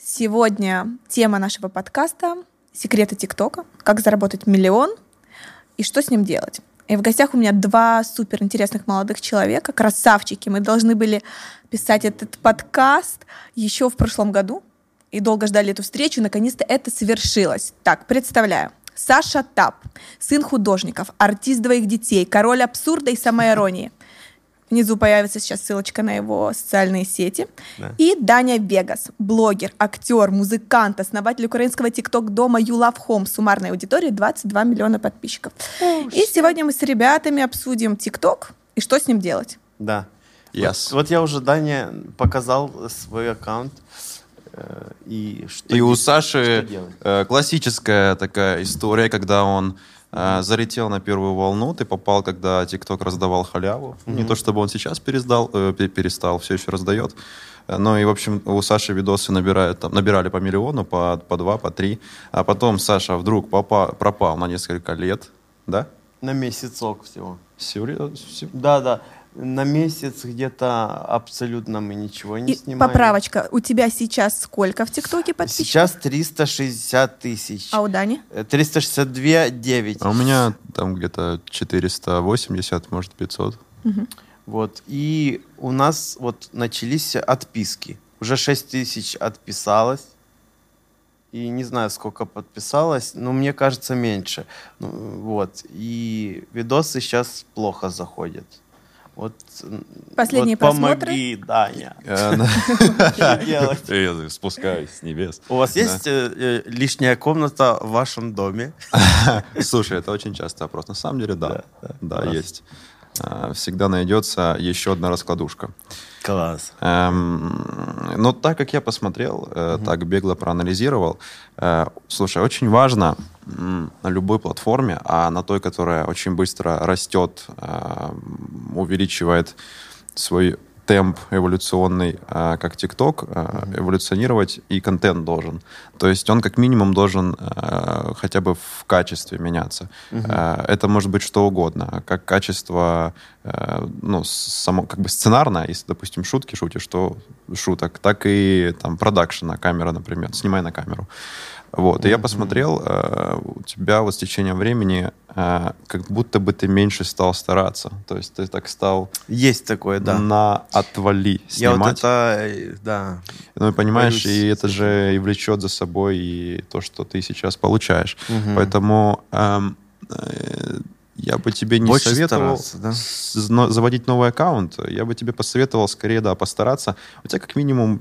Сегодня тема нашего подкаста — секреты ТикТока, как заработать миллион и что с ним делать. И в гостях у меня два суперинтересных молодых человека, красавчики. Мы должны были писать этот подкаст еще в прошлом году и долго ждали эту встречу. Наконец-то это совершилось. Так, представляю. Саша Тап, сын художников, артист двоих детей, король абсурда и самоиронии. Внизу появится сейчас ссылочка на его социальные сети. Да. И Даня Вегас, блогер, актер, музыкант, основатель украинского ТикТок-дома You Love Home с суммарной аудиторией 22 миллиона подписчиков. И сегодня мы с ребятами обсудим ТикТок и что с ним делать. Да. Yes. Вот я уже Дане показал свой аккаунт. И у Саши классическая такая история, когда он залетел на первую волну, ты попал, когда ТикТок раздавал халяву. Не то чтобы он сейчас перестал, все еще раздает. Но и, в общем, у Саши видосы набирали по миллиону, по 2, по 3. А потом Саша вдруг пропал на несколько лет, да? На месяцок всего. Всего? Да. На месяц где-то абсолютно мы ничего не снимаем. Поправочка. У тебя сейчас сколько в ТикТоке подписчиков? Сейчас 360 тысяч. А у Дани? 362 9. А у меня там где-то 480, может, 500. Угу. Вот. И у нас вот начались отписки. Уже 6 тысяч отписалось. И не знаю, сколько подписалось, но мне кажется, меньше. Вот. И видосы сейчас плохо заходят. Вот, последние просмотры? Помоги, Даня. Я спускаюсь с небес. У вас есть лишняя комната в вашем доме? Слушай, это очень частый вопрос. На самом деле, да, есть. Всегда найдется еще одна раскладушка. Класс. Но так как я посмотрел, так бегло проанализировал, слушай, очень важно на любой платформе, а на той, которая очень быстро растет, увеличивает свой темп эволюционный, как ТикТок, эволюционировать и контент должен. То есть он как минимум должен хотя бы в качестве меняться. Это может быть что угодно. Как качество, само, как бы сценарное, если, допустим, шутки шутишь, то шуток, так и там продакшена, камера, например, снимай на камеру. Вот, и я посмотрел, у тебя вот с течением времени как будто бы ты меньше стал стараться. То есть ты так стал... Есть такое, да. На отвали снимать. Я вот это, да. Ну, и понимаешь, и это же и влечет за собой и то, что ты сейчас получаешь. Поэтому я бы тебе не больше советовал заводить новый аккаунт. Я бы тебе посоветовал скорее, постараться. У тебя как минимум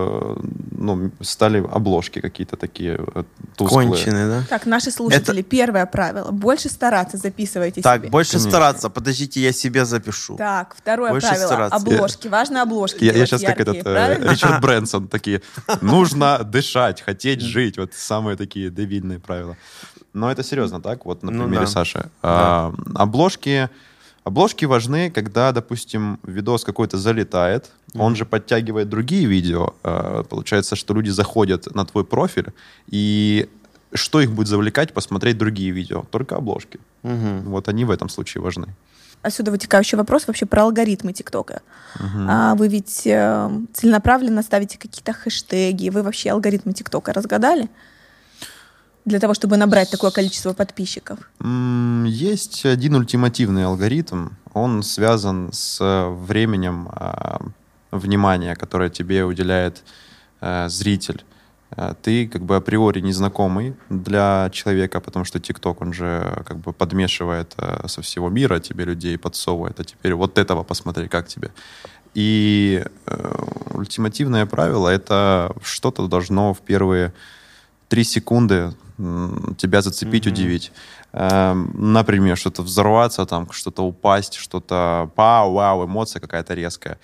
стали обложки какие-то такие тусклые. Конченые, да? Так, наши слушатели, первое правило. Больше стараться, записывайте так, себе. Больше стараться. Подождите, я себе запишу. Так, второе больше правило. Стараться. Важно обложки. Я сейчас яркие, как Ричард Брэнсон такие. Нужно дышать, хотеть жить. Вот самые такие дебильные правила. Но это серьезно, так? Вот на примере Саши. Да. Обложки важны, когда, допустим, видос какой-то залетает, он же подтягивает другие видео. Получается, что люди заходят на твой профиль, и что их будет завлекать, посмотреть другие видео? Только обложки. Вот они в этом случае важны. Отсюда вытекающий вопрос вообще про алгоритмы ТикТока. Вы ведь целенаправленно ставите какие-то хэштеги. Вы вообще алгоритмы ТикТока разгадали? Для того, чтобы набрать такое количество подписчиков? Есть один ультимативный алгоритм. Он связан с временем внимания, которое тебе уделяет зритель. Ты как бы априори незнакомый для человека, потому что ТикТок, он же как бы подмешивает со всего мира тебе людей, подсовывает. А теперь вот этого посмотри, как тебе. И ультимативное правило — это что-то должно в первые 3 секунды тебя зацепить, удивить. Например, что-то взорваться, там, что-то упасть, что-то вау, эмоция какая-то резкая.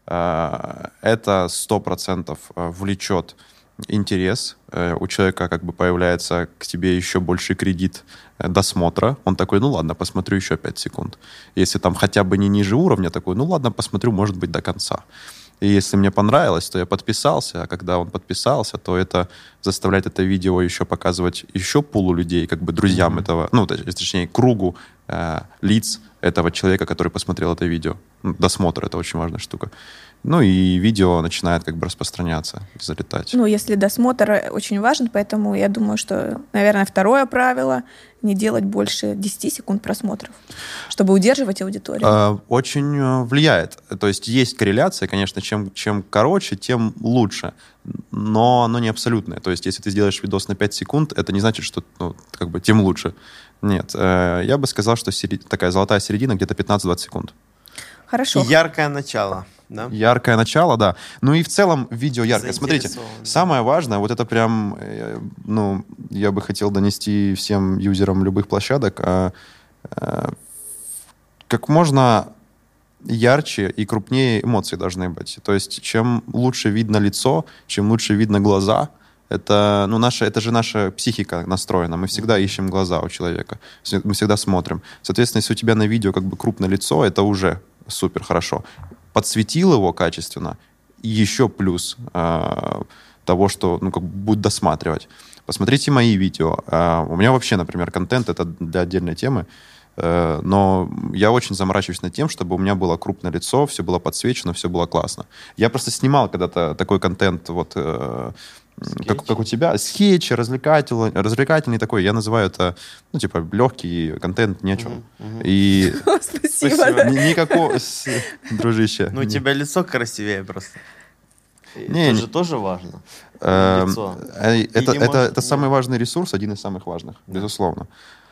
Это 100% влечет интерес. У человека как бы появляется к тебе еще больший кредит досмотра. Он такой, ну ладно, посмотрю еще 5 секунд. Если там хотя бы не ниже уровня, такой, ну ладно, посмотрю, может быть, до конца. И если мне понравилось, то я подписался, а когда он подписался, то это заставляет это видео еще показывать еще пулу людей, как бы друзьям этого, точнее, кругу лиц этого человека, который посмотрел это видео. Ну, досмотр — это очень важная штука. Ну и видео начинает как бы распространяться, залетать. Ну, если досмотр очень важен, поэтому я думаю, что, наверное, второе правило — не делать больше 10 секунд просмотров, чтобы удерживать аудиторию. Очень влияет. То есть корреляция, конечно, чем короче, тем лучше. Но оно не абсолютное. То есть если ты сделаешь видос на 5 секунд, это не значит, что как бы тем лучше. Нет. Я бы сказал, что такая золотая середина где-то 15-20 секунд. Хорошо. И яркое начало. Да? Яркое начало, да. Ну и в целом видео яркое. Смотрите, самое важное, вот это прям, ну, я бы хотел донести всем юзерам любых площадок, как можно ярче и крупнее эмоции должны быть. То есть чем лучше видно лицо, чем лучше видно глаза, это, ну, это же наша психика настроена. Мы всегда ищем глаза у человека. Мы всегда смотрим. Соответственно, если у тебя на видео как бы крупное лицо, это уже супер хорошо. Подсветил его качественно, и еще плюс того, что, ну, как бы будет досматривать. Посмотрите мои видео. У меня вообще, например, контент — это для отдельной темы, но я очень заморачиваюсь над тем, чтобы у меня было крупное лицо, все было подсвечено, все было классно. Я просто снимал когда-то такой контент, вот, как у тебя, скетч, развлекательный такой. Я называю это, ну, типа, легкий контент, ни о чем. И Спасибо. никакого, дружище. Ну, у тебя лицо красивее просто. Не, это же тоже важно. Лицо. Это самый важный ресурс, один из самых важных, безусловно.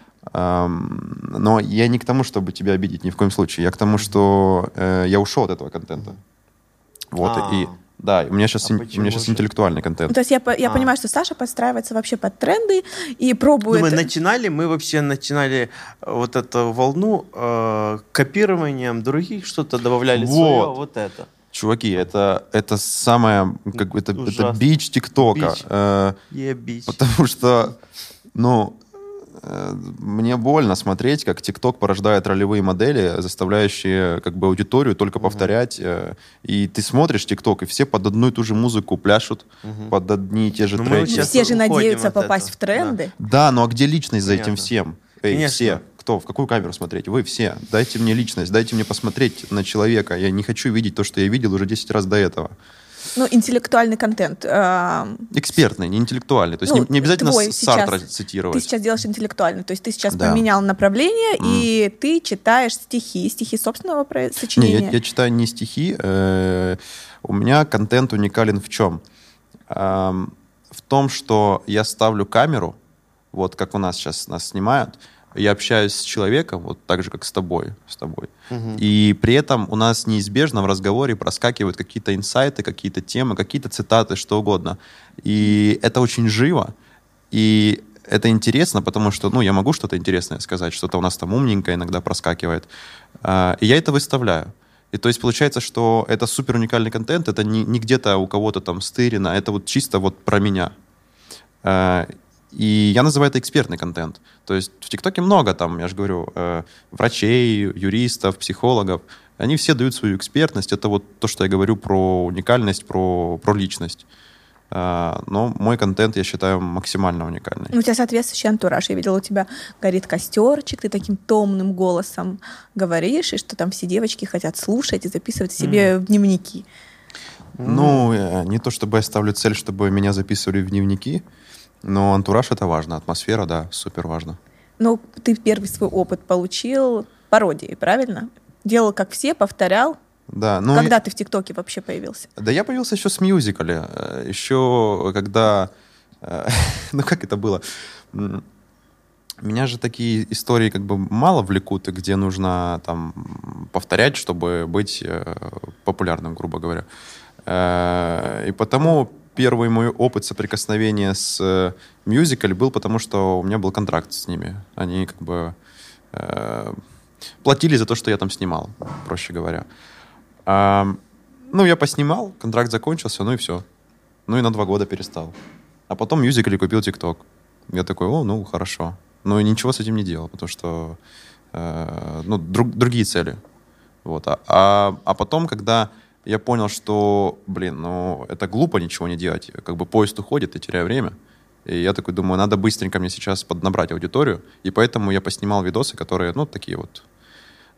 Но я не к тому, чтобы тебя обидеть, ни в коем случае. Я к тому, что я ушел от этого контента. Вот, и да, у меня сейчас интеллектуальный контент. Ну, то есть я понимаю, что Саша подстраивается вообще под тренды и пробует... Мы вообще начинали вот эту волну копированием других, что-то добавляли свое, вот это. Чуваки, это самое, как это бич ТикТока. Бич. Потому что, ну, мне больно смотреть, как ТикТок порождает ролевые модели, заставляющие как бы аудиторию только повторять. И ты смотришь ТикТок, и все под одну и ту же музыку пляшут, под одни и те же треки. Все же надеются попасть в тренды. Да, ну а где личность за этим всем? Конечно. Все. Кто? В какую камеру смотреть? Вы все. Дайте мне личность, дайте мне посмотреть на человека. Я не хочу видеть то, что я видел уже 10 раз до этого. Ну, интеллектуальный контент. Экспертный, не интеллектуальный. То есть не обязательно Сартра цитировать. Ты сейчас делаешь интеллектуальный. То есть ты сейчас поменял направление, и ты читаешь стихи собственного сочинения. Не, я читаю не стихи. У меня контент уникален в чем? В том, что я ставлю камеру, вот как у нас сейчас нас снимают, я общаюсь с человеком, вот так же, как с тобой. И при этом у нас неизбежно в разговоре проскакивают какие-то инсайты, какие-то темы, какие-то цитаты, что угодно. И это очень живо. И это интересно, потому что, ну, я могу что-то интересное сказать, что-то у нас там умненькое иногда проскакивает. И я это выставляю. И то есть получается, что это супер уникальный контент, это не где-то у кого-то там стырено, это вот чисто вот про меня. И я называю это экспертный контент. То есть в ТикТоке много там, я же говорю, врачей, юристов, психологов. Они все дают свою экспертность. Это вот то, что я говорю про уникальность, про личность. Но мой контент, я считаю, максимально уникальный. У тебя соответствующий антураж. Я видела, у тебя горит костерчик, ты таким томным голосом говоришь, и что там все девочки хотят слушать и записывать себе в дневники. Ну, не то чтобы я ставлю цель, чтобы меня записывали в дневники, но антураж — это важно, атмосфера, да, супер важно. Ну, ты первый свой опыт получил пародией, правильно? Делал как все, повторял. Да, ну когда ты в ТикТоке вообще появился? Да я появился еще с мюзикали. Еще когда... Ну, как это было? Меня же такие истории как бы мало влекут, где нужно там повторять, чтобы быть популярным, грубо говоря. И потому... Первый мой опыт соприкосновения с мюзикаль был, потому что у меня был контракт с ними. Они как бы платили за то, что я там снимал, проще говоря. Ну, я поснимал, контракт закончился, ну и все. Ну и на 2 года перестал. А потом мюзикаль купил ТикТок. Я такой, ну, хорошо. Ну и ничего с этим не делал, потому что другие цели. Вот. А потом, когда... Я понял, что, ну, это глупо ничего не делать. Как бы поезд уходит, я теряю время. И я такой думаю, надо быстренько мне сейчас поднабрать аудиторию. И поэтому я поснимал видосы, которые, ну, такие вот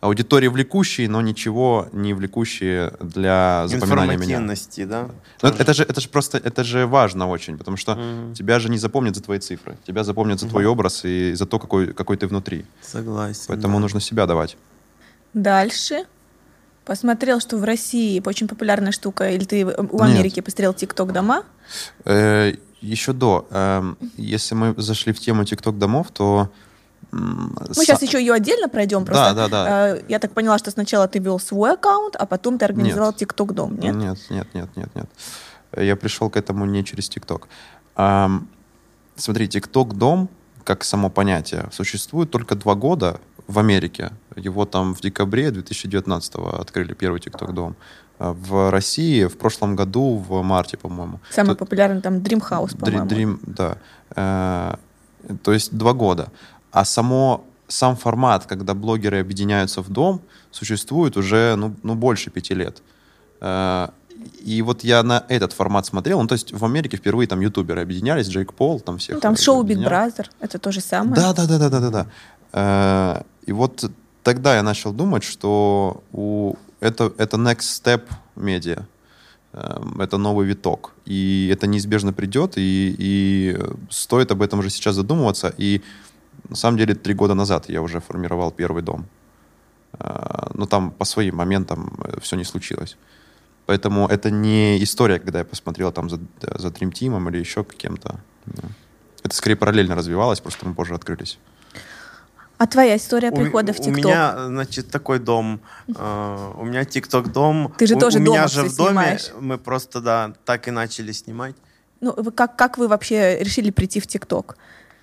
аудитории влекущие, но ничего не влекущие для запоминания меня. Информативности, да? Но это же просто, это же важно очень, потому что тебя же не запомнят за твои цифры. Тебя запомнят за твой образ и за то, какой ты внутри. Согласен. Поэтому нужно себя давать. Дальше. Посмотрел, что в России очень популярная штука, или ты в Америке посмотрел TikTok-дома? Еще до. Если мы зашли в тему TikTok-домов, то... Мы сейчас еще ее отдельно пройдем. Просто, да. Я так поняла, что сначала ты вел свой аккаунт, а потом ты организовал TikTok-дом, нет? Нет. Я пришел к этому не через TikTok. Смотри, TikTok-дом, как само понятие, существует только 2 года в Америке. Его там в декабре 2019-го открыли первый TikTok-дом. В России в прошлом году, в марте, по-моему. Самый популярный там Dream House, по-моему. Да. То есть 2 года. А сам формат, когда блогеры объединяются в дом, существует уже больше 5 лет. И вот я на этот формат смотрел. Ну, то есть в Америке впервые там ютуберы объединялись, Джейк Пол, там всех. Там шоу Big Brother, это то же самое. Да. И вот тогда я начал думать, что это next step медиа. Это новый виток. И это неизбежно придет, и стоит об этом уже сейчас задумываться. И на самом деле 3 года назад я уже формировал первый дом. Но там по своим моментам все не случилось. Поэтому это не история, когда я посмотрел там за Dream Team'ом или еще каким-то. Это скорее параллельно развивалось, просто мы позже открылись. А твоя история прихода в ТикТок? У меня, значит, такой дом. У меня ТикТок-дом. Ты же тоже дома меня все же в доме снимаешь. мы просто, да, так и начали снимать. Ну, как вы вообще решили прийти в ТикТок?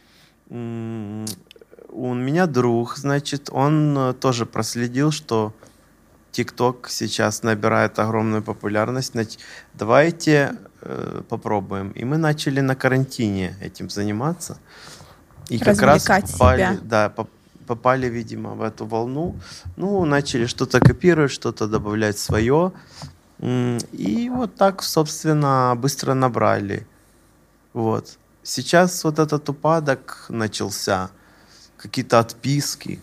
У меня друг, значит, он тоже проследил, что ТикТок сейчас набирает огромную популярность. Значит, давайте попробуем. И мы начали на карантине этим заниматься. И как раз попали, видимо, в эту волну. Ну, начали что-то копировать, что-то добавлять свое. И вот так, собственно, быстро набрали. Вот. Сейчас вот этот упадок начался. Какие-то отписки.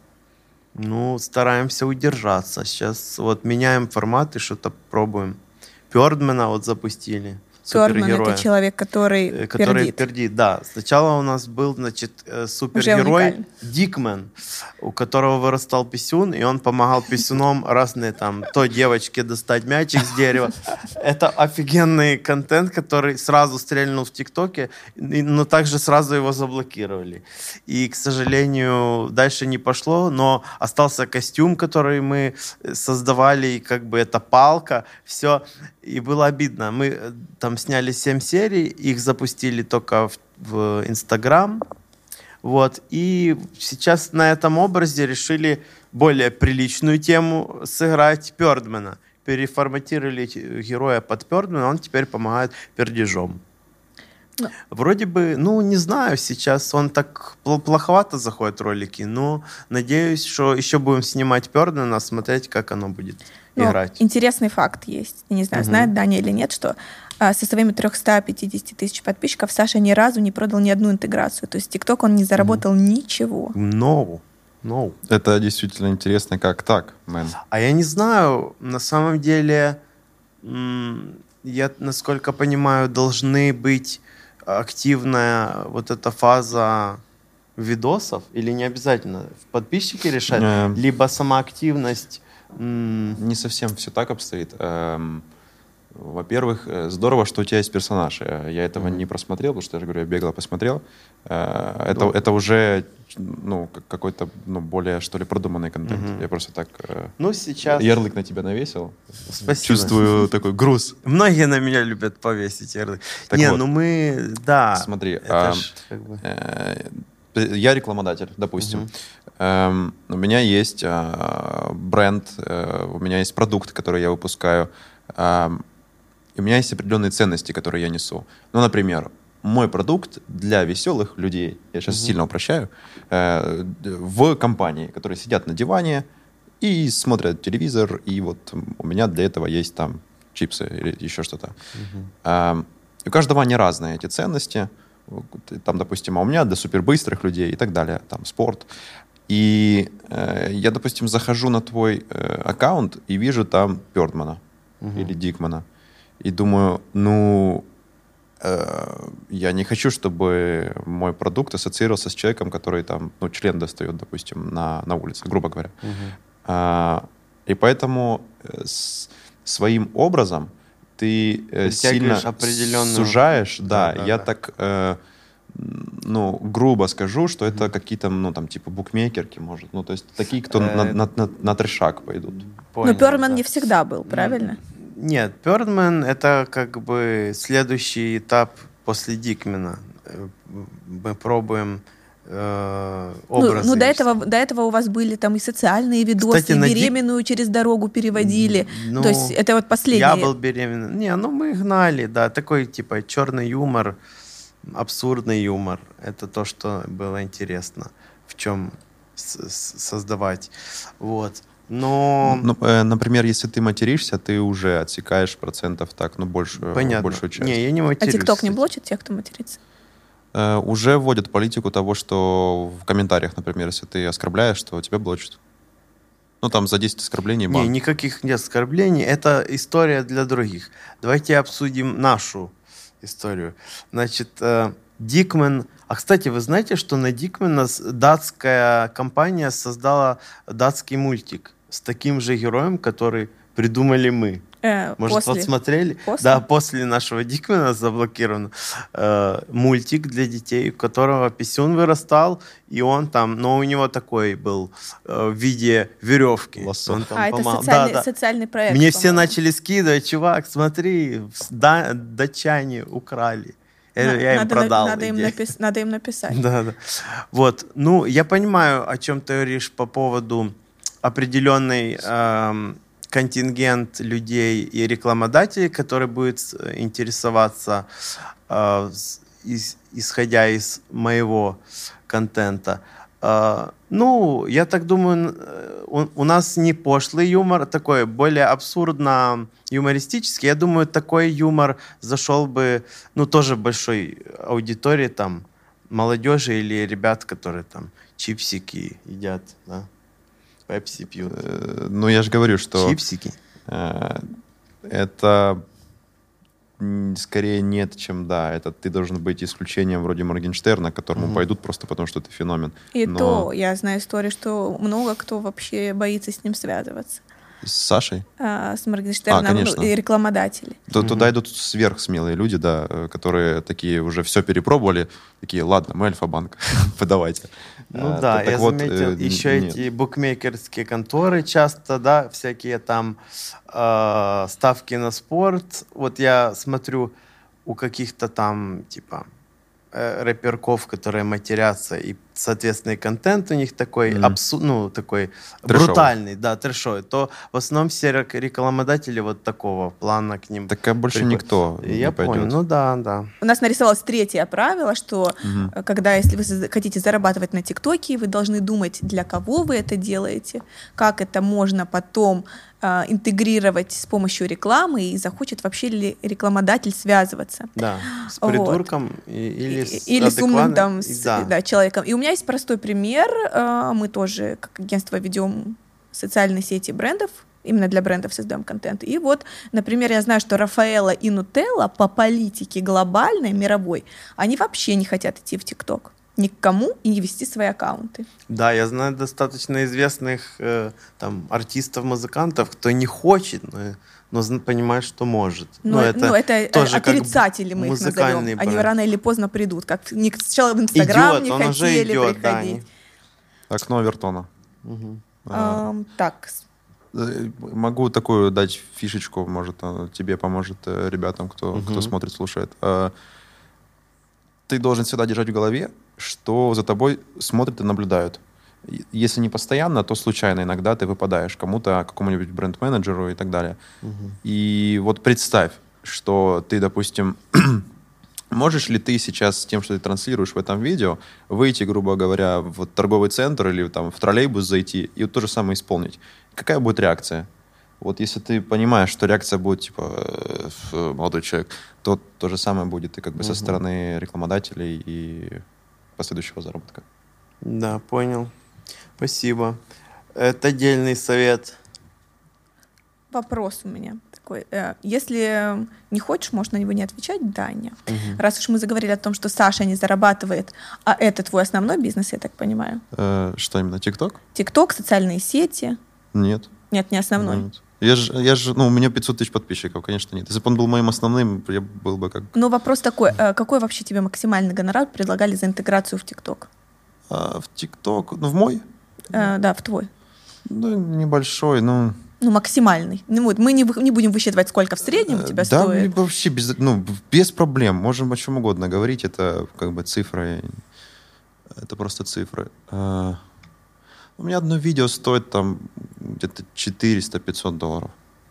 Ну, стараемся удержаться. Сейчас вот меняем формат и что-то пробуем. Пёрдмена вот запустили. Пёрдмен — это человек, который пердит. Да. Сначала у нас был, значит, супергерой Дикмен, у которого вырастал писюн, и он помогал писюном разные там, то девочке достать мячик с дерева. Это офигенный контент, который сразу стрельнул в ТикТоке, но также сразу его заблокировали. И, к сожалению, дальше не пошло, но остался костюм, который мы создавали, и как бы это палка, все. И было обидно. Мы там сняли 7 серий, их запустили только в Инстаграм. Вот. И сейчас на этом образе решили более приличную тему сыграть Пёрдмена. Переформатировали героя под Пёрдмена, он теперь помогает пердежом. Вроде бы, ну, не знаю, сейчас он так плоховато заходит в ролики, но надеюсь, что еще будем снимать Пёрдмена, смотреть, как оно будет играть. Интересный факт есть. Я не знаю, знает Даня или нет, что со своими 350 тысяч подписчиков Саша ни разу не продал ни одну интеграцию. То есть ТикТок он не заработал ничего. No. Это действительно интересно, как так, мэн. А я не знаю, на самом деле, я, насколько понимаю, должны быть активная вот эта фаза видосов, или не обязательно подписчики решают, либо сама активность. Не совсем все так обстоит. Во-первых, здорово, что у тебя есть персонаж. Я этого не просмотрел, потому что, я же говорю, я бегло посмотрел. Это уже какой-то более, что ли, продуманный контент. Я просто так сейчас... ярлык на тебя навесил. Спасибо. Чувствую такой груз. Многие на меня любят повесить ярлык. Смотри, я рекламодатель, допустим. У меня есть бренд, у меня есть продукт, который я выпускаю. И у меня есть определенные ценности, которые я несу. Ну, например, мой продукт для веселых людей, я сейчас сильно упрощаю, в компании, которые сидят на диване и смотрят телевизор, и вот у меня для этого есть там чипсы или еще что-то. У каждого они разные, эти ценности. Там, допустим, у меня для супербыстрых людей и так далее, там спорт. И я, допустим, захожу на твой аккаунт и вижу там Пёрдмана или Дикмана. И думаю, я не хочу, чтобы мой продукт ассоциировался с человеком, который там, член достает, допустим, на улице, грубо говоря. И поэтому своим образом ты сильно сужаешь. Я так, грубо скажу, что это какие-то, типа букмекерки, может. То есть такие, кто на трешак пойдут. Но Пёрдман не всегда был, правильно? Нет, Пёрдман — это как бы следующий этап после Дикмена. Мы пробуем образы. До этого у вас были там и социальные видосы, кстати, и беременную через дорогу переводили. То есть это вот последнее. Я был беременный. Мы гнали, да, такой типа черный юмор, абсурдный юмор. Это то, что было интересно, в чем создавать. Вот. Но... например, если ты материшься, ты уже отсекаешь процентов так, большую часть. Не, я не матерюсь. А ТикТок не блочит тех, кто матерится? Уже вводят политику того, что в комментариях, например, если ты оскорбляешь, то тебя блочат. Там за 10 оскорблений бан. Никаких нет оскорблений. Это история для других. Давайте обсудим нашу историю. Значит, Дикмен... А, кстати, вы знаете, что на Дикмена датская компания создала датский мультик с таким же героем, который придумали мы. Может, посмотрели? Да, после нашего Дикмена заблокирован мультик для детей, у которого писюн вырастал, и он там, но у него такой был в виде веревки. Он там это социальный проект. Мне все начали скидывать: чувак, смотри, датчане украли. Я им продал. Надо им написать. Да. Вот. Я понимаю, о чем ты говоришь по поводу определенной контингент людей и рекламодателей, который будет интересоваться, исходя из моего контента. Я так думаю, у нас не пошлый юмор, такой более абсурдно-юмористический. Я думаю, такой юмор зашел бы, тоже большой аудитории, там, молодежи или ребят, которые там чипсики едят, да, пепси пьют. Я же говорю, что... Чипсики. Это скорее нет, чем да. Это ты должен быть исключением вроде Моргенштерна, к которому пойдут просто потому, что ты феномен. То я знаю историю, что много кто вообще боится с ним связываться. С Сашей? С Моргенштерном, и рекламодатели. Туда идут сверхсмелые люди, да, которые такие уже все перепробовали, такие: ладно, мы Альфа-банк, подавайте. Я заметил, еще эти букмекерские конторы часто, да, всякие там ставки на спорт. Вот я смотрю у каких-то там, типа, рэперков, которые матерятся, и, соответственно, и контент у них такой, такой брутальный, да, трэшовый, то в основном все рекламодатели вот такого плана к ним. Так больше никто не пойдет. Я понял, да. У нас нарисовалось третье правило, что если вы хотите зарабатывать на ТикТоке, вы должны думать, для кого вы это делаете, как это можно потом интегрировать с помощью рекламы, и захочет вообще ли рекламодатель связываться. Да, с придурком или с умным там, человеком. И у меня есть простой пример. Мы тоже, как агентство, ведем социальные сети брендов, именно для брендов создаем контент. И вот, например, я знаю, что Рафаэлло и Нутелла по политике глобальной, мировой, они вообще не хотят идти в ТикТок. Никому и не вести свои аккаунты. Да, я знаю достаточно известных артистов, музыкантов, кто не хочет, но понимает, что может. Это тоже отрицатели, мы их назовем. Они рано или поздно придут. Как сначала в Инстаграм не хотели приходить. Окно Овертона. Так. Могу такую дать фишечку, может, тебе поможет ребятам, кто смотрит, слушает. Ты должен всегда держать в голове, что за тобой смотрят и наблюдают. Если не постоянно, то случайно иногда ты выпадаешь кому-то, какому-нибудь бренд-менеджеру и так далее. И вот представь, что ты, допустим, можешь ли ты сейчас с тем, что ты транслируешь в этом видео, выйти, грубо говоря, в торговый центр или там в троллейбус зайти и вот то же самое исполнить? Какая будет реакция? Вот если ты понимаешь, что реакция будет типа молодой человек, то то же самое будет и как бы со стороны рекламодателей и последующего заработка. Да, понял. Спасибо. Это отдельный совет. Вопрос у меня такой. Если не хочешь, можешь на него не отвечать, да, нет. Раз уж мы заговорили о том, что Саша не зарабатывает, а это твой основной бизнес, я так понимаю. Что именно, ТикТок? ТикТок, социальные сети. Нет. Нет, не основной. Нет. У меня 500 тысяч подписчиков, конечно, нет. Если бы он был моим основным, я был бы как... Но вопрос такой, какой вообще тебе максимальный гонорар предлагали за интеграцию в ТикТок? В ТикТок, в мой? Да, в твой. Небольшой, максимальный. Мы не будем высчитывать, сколько в среднем у тебя стоит. Да, вообще без проблем. Можем о чем угодно говорить. Это как бы цифры. Это просто цифры. У меня одно видео стоит там где-то $400-500.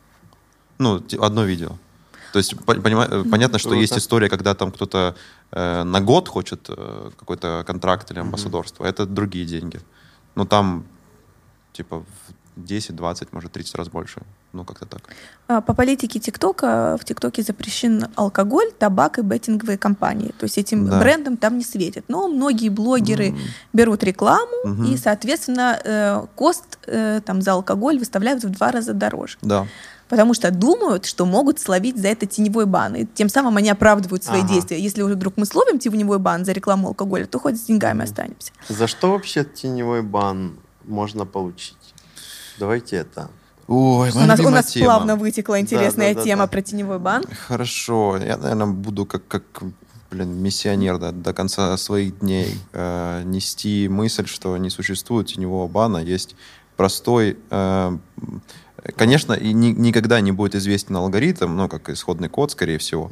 Одно видео. То есть понятно, что есть история, когда там кто-то на год хочет какой-то контракт или амбассадорство. Это другие деньги. Но там типа 10, 20, может, 30 раз больше. Как-то так. По политике ТикТока в ТикТоке запрещен алкоголь, табак и беттинговые компании. То есть этим брендам там не светит. Но многие блогеры берут рекламу и, соответственно, кост за алкоголь выставляют в 2 раза дороже. Да. Потому что думают, что могут словить за это теневой бан. И тем самым они оправдывают свои действия. Если уже вдруг мы словим теневой бан за рекламу алкоголя, то хоть с деньгами останемся. За что вообще теневой бан можно получить? Давайте это. Ой, у нас плавно вытекла интересная тема про теневой бан. Хорошо. Я, наверное, буду как миссионер до конца своих дней нести мысль, что не существует теневого бана. Есть простой... Конечно, и никогда не будет известен алгоритм, как исходный код, скорее всего,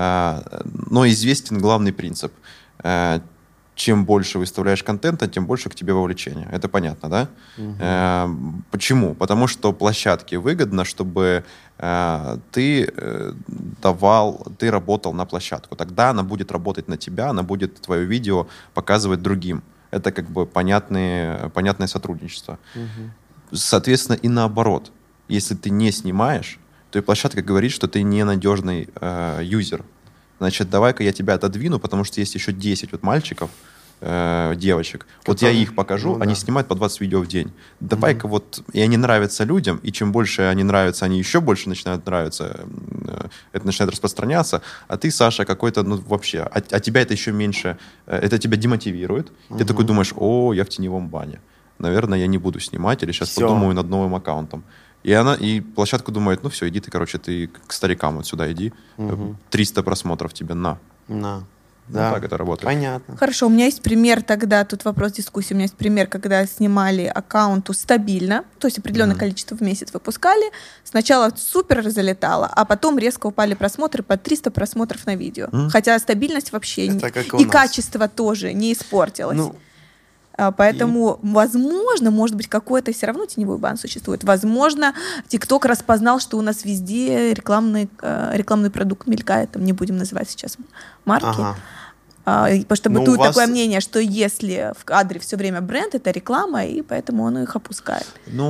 но известен главный принцип. Чем больше выставляешь контента, тем больше к тебе вовлечения. Это понятно, да? Почему? Потому что площадке выгодно, чтобы ты работал на площадку. Тогда она будет работать на тебя, она будет твое видео показывать другим. Это как бы понятное сотрудничество. Соответственно, и наоборот. Если ты не снимаешь, то и площадка говорит, что ты ненадежный юзер. Значит, давай-ка я тебя отодвину, потому что есть еще 10 мальчиков, девочек. Я их покажу, они снимают по 20 видео в день. Давай-ка и они нравятся людям, и чем больше они нравятся, они еще больше начинают нравиться, это начинает распространяться, а ты, Саша, какой-то, вообще, а тебя это еще меньше, это тебя демотивирует. Ты такой думаешь, я в теневом бане. Наверное, я не буду снимать, или сейчас подумаю над новым аккаунтом. И площадка думает, все, иди ты к старикам вот сюда иди. 300 просмотров тебе, на. Да. Так это работает. Понятно. Хорошо, у меня есть пример тогда, тут вопрос дискуссии, у меня есть пример, когда снимали аккаунту стабильно, то есть определенное количество в месяц выпускали, сначала супер залетало, а потом резко упали просмотры по 300 просмотров на видео. Хотя стабильность вообще и качество тоже не испортилось. Поэтому, возможно, может быть, какой-то все равно теневой бан существует. Возможно, ТикТок распознал, что у нас везде рекламный продукт мелькает. Не будем называть сейчас марки. Потому что бытует такое мнение, что если в кадре все время бренд, это реклама, и поэтому он их опускает.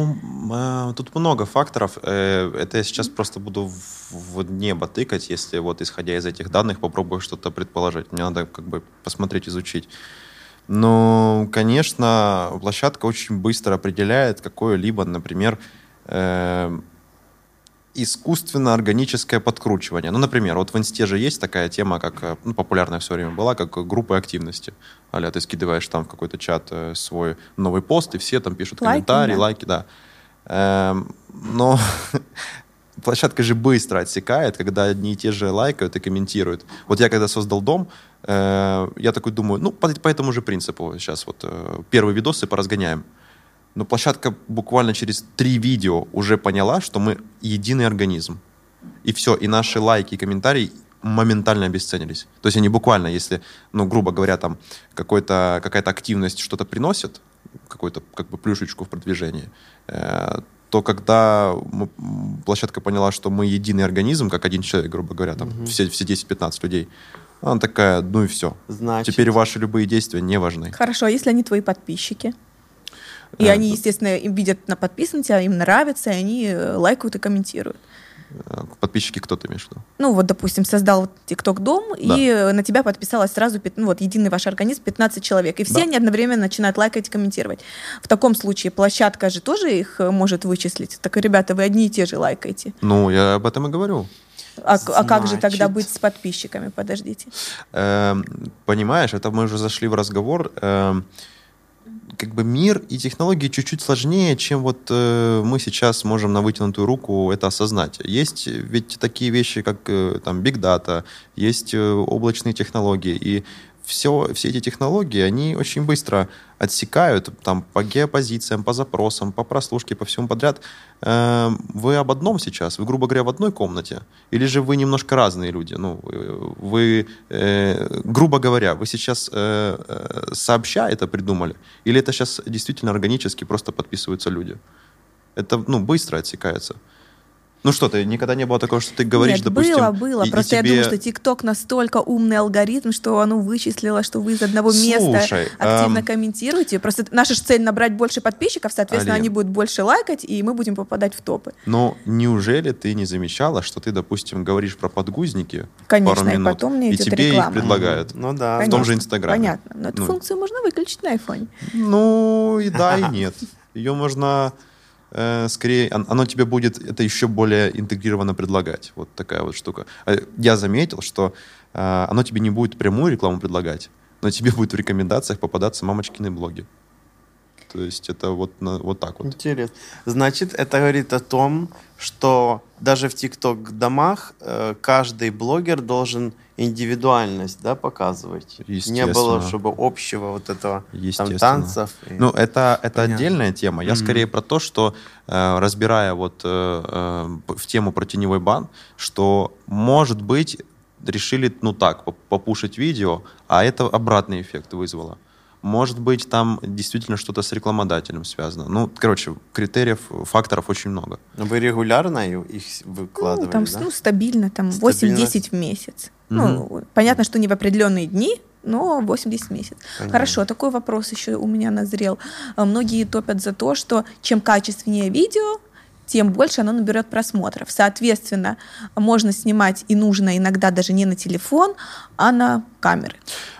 Тут много факторов. Это я сейчас просто буду в небо тыкать, если исходя из этих данных попробую что-то предположить. Мне надо посмотреть, изучить. Но, конечно, площадка очень быстро определяет какое-либо, например, искусственно-органическое подкручивание. Например, в Инсте же есть такая тема, как популярная в свое время была, как группы активности. Ты скидываешь там в какой-то чат свой новый пост, и все там пишут комментарии, лайки, да. Но площадка же быстро отсекает, когда одни и те же лайкают и комментируют. Я когда создал дом, я такой думаю, по этому же принципу сейчас первые видосы поразгоняем. Но площадка буквально через 3 видео уже поняла, что мы единый организм. И все, и наши лайки и комментарии моментально обесценились. То есть они буквально, если, грубо говоря, там какая-то активность что-то приносит, какую-то плюшечку в продвижении, то когда площадка поняла, что мы единый организм, как один человек, грубо говоря, там все 10-15 людей, она такая, и все. Значит... Теперь ваши любые действия не важны. Хорошо, а если они твои подписчики? И они, естественно, видят на подписанности, им нравится, и они лайкают и комментируют. Подписчики кто ты имеешь в виду? Ну, вот, допустим, создал TikTok-дом, Да. и на тебя подписалось сразу, единый ваш организм, 15 человек. И все Да. они одновременно начинают лайкать и комментировать. В таком случае площадка же тоже их может вычислить. Так, ребята, вы одни и те же лайкаете. Ну, я об этом и говорю. А как же тогда Значит- быть с подписчиками? Подождите. Понимаешь, это мы уже зашли в разговор. Как бы мир и технологии чуть-чуть сложнее, чем вот мы сейчас можем на вытянутую руку это осознать. Есть ведь такие вещи, как там Big Data, есть облачные технологии, и все эти технологии, они очень быстро отсекают там, по геопозициям, по запросам, по прослушке, по всему подряд. Вы об одном сейчас? Вы, грубо говоря, в одной комнате? Или же вы немножко разные люди? Ну, вы, грубо говоря, вы сейчас сообща это придумали? Или это сейчас действительно органически просто подписываются люди? Это быстро отсекается. Ну что, ты никогда не было такого, что ты говоришь, Нет, допустим... было. и Просто я тебе- думаю, что TikTok настолько умный алгоритм, что оно вычислило, что вы из одного места Слушай, активно комментируете. Просто наша же цель набрать больше подписчиков, соответственно, Алин. они будут больше лайкать, и мы будем попадать в топы. Но неужели ты не замечала, что ты, допустим, говоришь про подгузники Конечно, пару и минут, потом мне и идет тебе реклама. их предлагают? Ну да. В том же Инстаграме. Понятно. Но эту Ну. функцию можно выключить на айфоне. Ну, и да, и нет. Ее можно скорее, оно тебе будет это еще более интегрированно предлагать. Вот такая вот штука. Я заметил, что оно тебе не будет прямую рекламу предлагать, но тебе будет в рекомендациях попадаться мамочкины блоги. То есть это вот так вот. Интересно. Значит, это говорит о том, что даже в ТикТок-домах каждый блогер должен индивидуальность, да, показывать. Не Естественно. было, чтобы общего вот этого там, Естественно. танцев. и- Ну, это Понятно. отдельная тема. Я Мгм. скорее про то, что, разбирая вот в тему про теневой бан, что, может быть, решили, попушить видео, а это обратный эффект вызвало. Может быть, там действительно что-то с рекламодателем связано. Ну, короче, критериев, факторов очень много. Вы регулярно их выкладывали, Там да? стабильно, там Стабильно. 8-10 в месяц. Ну, понятно, что не в определенные дни, но 80 в месяц. Понятно. Хорошо, такой вопрос еще у меня назрел. Многие топят за то, что чем качественнее видео, тем больше оно наберет просмотров. Соответственно, можно снимать и нужно иногда даже не на телефон, а на камеры.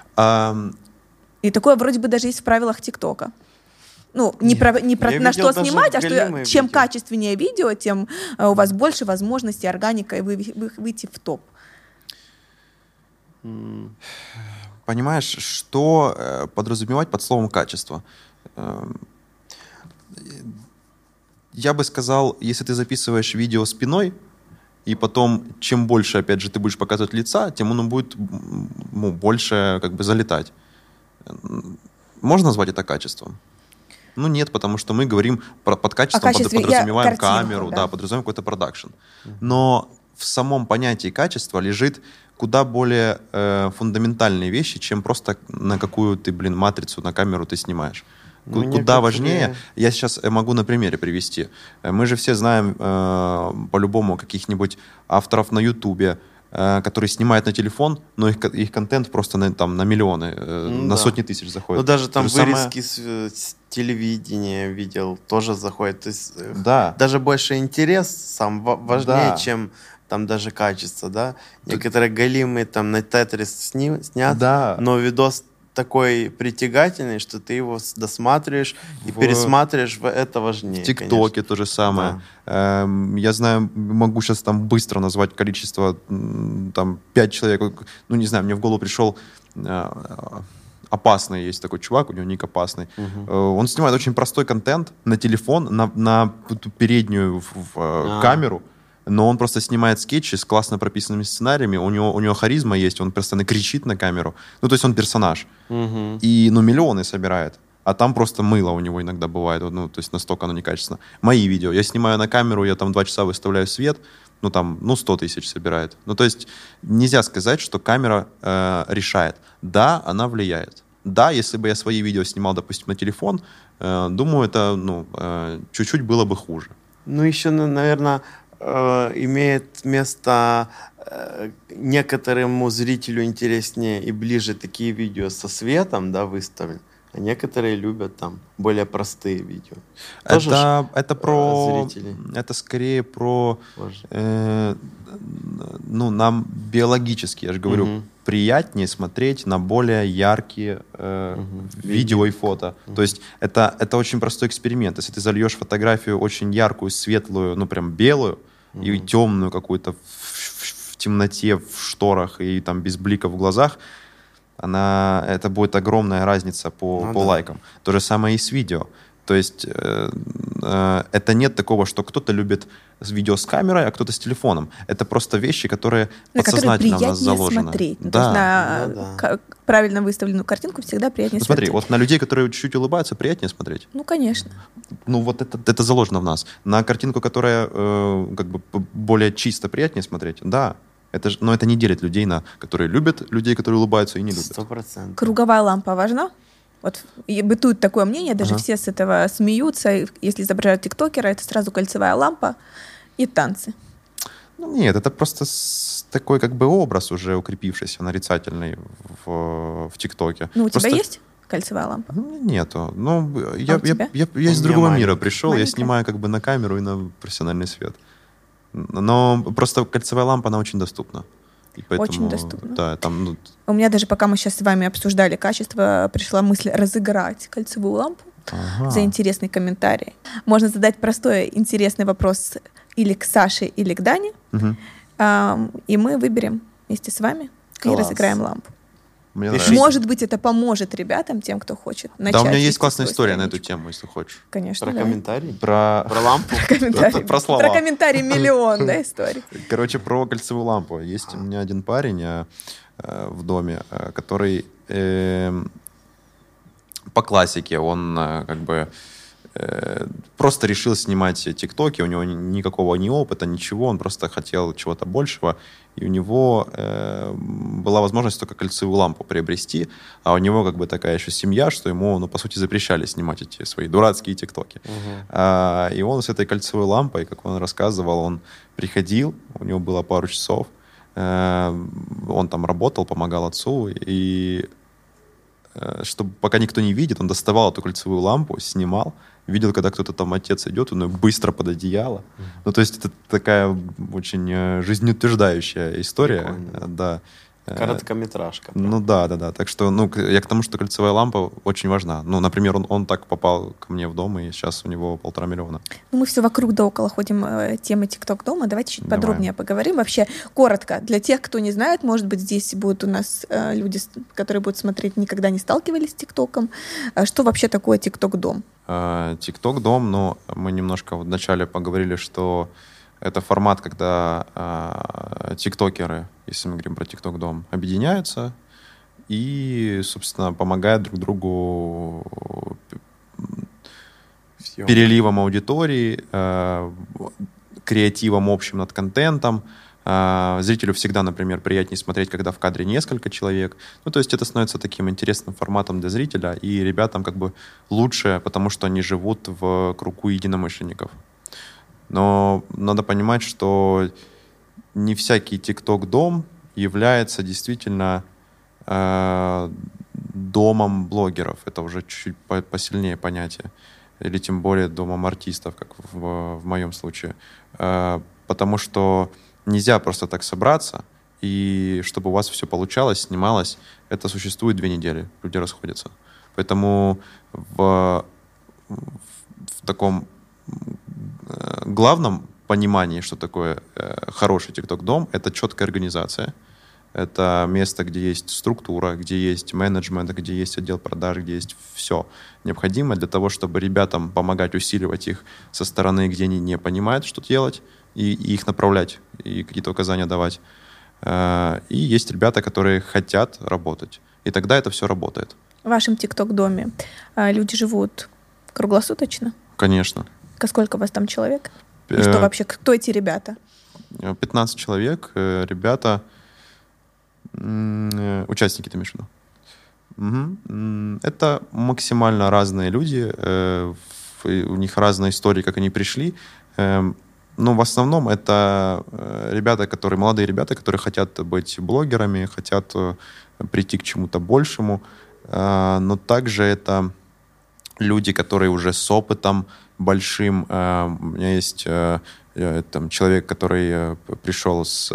И такое вроде бы даже есть в правилах ТикТока. Ну, не про Я на видел что даже снимать, а что голимые чем видео. качественнее видео, тем у вас больше возможностей органикой выйти в топ. Понимаешь, что подразумевать под словом «качество»? Я бы сказал, если ты записываешь видео спиной, и потом, чем больше, опять же, ты будешь показывать лица, тем оно будет больше как бы залетать. Можно назвать это качеством? Ну, нет, потому что мы говорим под качеством, О качестве подразумеваем картинку, камеру, да. да, подразумеваем какой-то продакшн. Но в самом понятии качества лежит куда более фундаментальные вещи, чем просто на какую ты, матрицу, на камеру ты снимаешь. Ну, Куда некоторые- важнее, я сейчас могу на примере привести. Мы же все знаем по-любому каких-нибудь авторов на Ютубе, которые снимают на телефон, но их контент просто на миллионы, на да. сотни тысяч заходит. Ну, даже там То же самое- вырезки с телевидения видел, тоже заходят. То есть Да. даже больше интерес сам важнее, Да. чем там даже качество, да? Некоторые голимые там на Тетрис снят, Да. но видос такой притягательный, что ты его досматриваешь и пересматриваешь, это важнее. В ТикТоке то же самое. Я знаю, могу сейчас там быстро назвать количество, там 5 человек. Ну, не знаю, мне в голову пришел опасный есть такой чувак, у него ник опасный. Он снимает очень простой контент на телефон, на переднюю камеру. Но он просто снимает скетчи с классно прописанными сценариями, у него харизма есть, он постоянно кричит на камеру. Ну, то есть он персонаж. И, миллионы собирает. А там просто мыло у него иногда бывает. Ну, то есть настолько оно некачественно. Мои видео. Я снимаю на камеру, я там 2 часа выставляю свет, 100 тысяч собирает. Ну, то есть нельзя сказать, что камера решает. Да, она влияет. Да, если бы я свои видео снимал, допустим, на телефон, думаю, это, чуть-чуть было бы хуже. Ну, еще, наверное, имеет место некоторому зрителю интереснее и ближе такие видео со светом, да, выставлены. А некоторые любят там более простые видео. Тоже Это про... зрители. Это скорее про... Боже. Нам биологически, я же говорю, Мгм. приятнее смотреть на более яркие видео и фото. То есть это очень простой эксперимент. Если ты зальешь фотографию очень яркую, светлую, ну прям белую, и темную какую-то в темноте, в шторах и там без блика в глазах, это будет огромная разница по Да. лайкам. То же самое и с видео. То есть это нет такого, что кто-то любит видео с камерой, а кто-то с телефоном. Это просто вещи, которые На которые подсознательно у нас приятнее заложены. смотреть. Ну, Да. то есть на Да. правильно выставленную картинку всегда приятнее Ну, смотри, смотреть. вот на людей, которые чуть-чуть улыбаются, приятнее смотреть. Ну, конечно. Ну, вот это заложено в нас. На картинку, которая как бы более чисто, приятнее смотреть, да. Но это не делит людей на которые любят людей, которые улыбаются, и не любят. 100%. Круговая лампа важна? Вот и бытует такое мнение, даже Ага. все с этого смеются. И если изображают тиктокера, это сразу кольцевая лампа и танцы. Ну, нет, это просто такой как бы образ уже укрепившийся, нарицательный в ТикТоке. Ну, у тебя Просто- есть кольцевая лампа? Ну, нету. Ну, у тебя? я У из меня другого мира маленькая. пришел, я Маленькая? снимаю как бы на камеру и на профессиональный свет. Но просто кольцевая лампа, она очень доступна. И поэтому, Очень доступна. Да, там, ну, У меня даже пока мы сейчас с вами обсуждали качество, пришла мысль разыграть кольцевую лампу ага. за интересный комментарий. Можно задать простой интересный вопрос или к Саше, или к Дане, Мгм. и мы выберем вместе с вами и Класс. разыграем лампу. Мне Пишите. нравится. Может быть, это поможет ребятам, тем, кто хочет начать. Да, у меня есть вести классная свою история на эту страничку. тему, если хочешь. Конечно, Про да. комментарий? Про, Про лампу? Комментарий. Про слова. Про комментарий миллион, да, историй. короче, про кольцевую лампу. Есть у меня один парень в доме, который по классике, он как бы просто решил снимать тиктоки, у него никакого ни опыта, ничего, он просто хотел чего-то большего, и у него была возможность только кольцевую лампу приобрести, а у него как бы такая еще семья, что ему, ну, по сути, запрещали снимать эти свои дурацкие тиктоки. И он с этой кольцевой лампой, как он рассказывал, он приходил, у него было пару часов, он там работал, помогал отцу, и чтобы пока никто не видит, он доставал эту кольцевую лампу, снимал, видел, когда кто-то там, отец идет, он ее быстро под одеяло. Ну, то есть это такая очень жизнеутверждающая история. Прикольно. Да. Короткометражка. Ну да. Так что, ну, я к тому, что кольцевая лампа очень важна. Ну, например, он так попал ко мне в дом, и сейчас у него 1,5 миллиона. Ну, мы все вокруг да около ходим темы ТикТок дома. Давайте чуть Давай. подробнее поговорим. Вообще, коротко, для тех, кто не знает, может быть, здесь будут у нас люди, которые будут смотреть, никогда не сталкивались с ТикТоком. Что вообще такое ТикТок дом? ТикТок дом, ну, мы немножко вначале поговорили, что это формат, когда тиктокеры, если мы говорим про ТикТок дом, объединяются и, собственно, помогают друг другу Всё. переливом аудитории, креативом общим над контентом. Зрителю всегда, например, приятнее смотреть, когда в кадре несколько человек. Ну, то есть это становится таким интересным форматом для зрителя, и ребятам как бы лучше, потому что они живут в кругу единомышленников. Но надо понимать, что не всякий ТикТок-дом является действительно домом блогеров. Это уже чуть-чуть посильнее понятие. Или тем более домом артистов, как в моем случае. Потому что нельзя просто так собраться, и чтобы у вас все получалось, снималось, это существует 2 недели. Люди расходятся. Поэтому в таком главном понимании, что такое хороший ТикТок-дом, это четкая организация. Это место, где есть структура, где есть менеджмент, где есть отдел продаж, где есть все необходимое для того, чтобы ребятам помогать усиливать их со стороны, где они не понимают, что делать, и их направлять, и какие-то указания давать. И есть ребята, которые хотят работать. И тогда это все работает. В вашем ТикТок-доме люди живут круглосуточно? Конечно. Сколько у вас там человек? И что вообще, кто эти ребята? 15 человек, ребята, участники, ты имеешь в виду? Угу. Это максимально разные люди, у них разные истории, как они пришли. Но в основном это ребята, молодые ребята, которые хотят быть блогерами, хотят прийти к чему-то большему. Но также это люди, которые уже с опытом большим. У меня есть там человек, который пришел с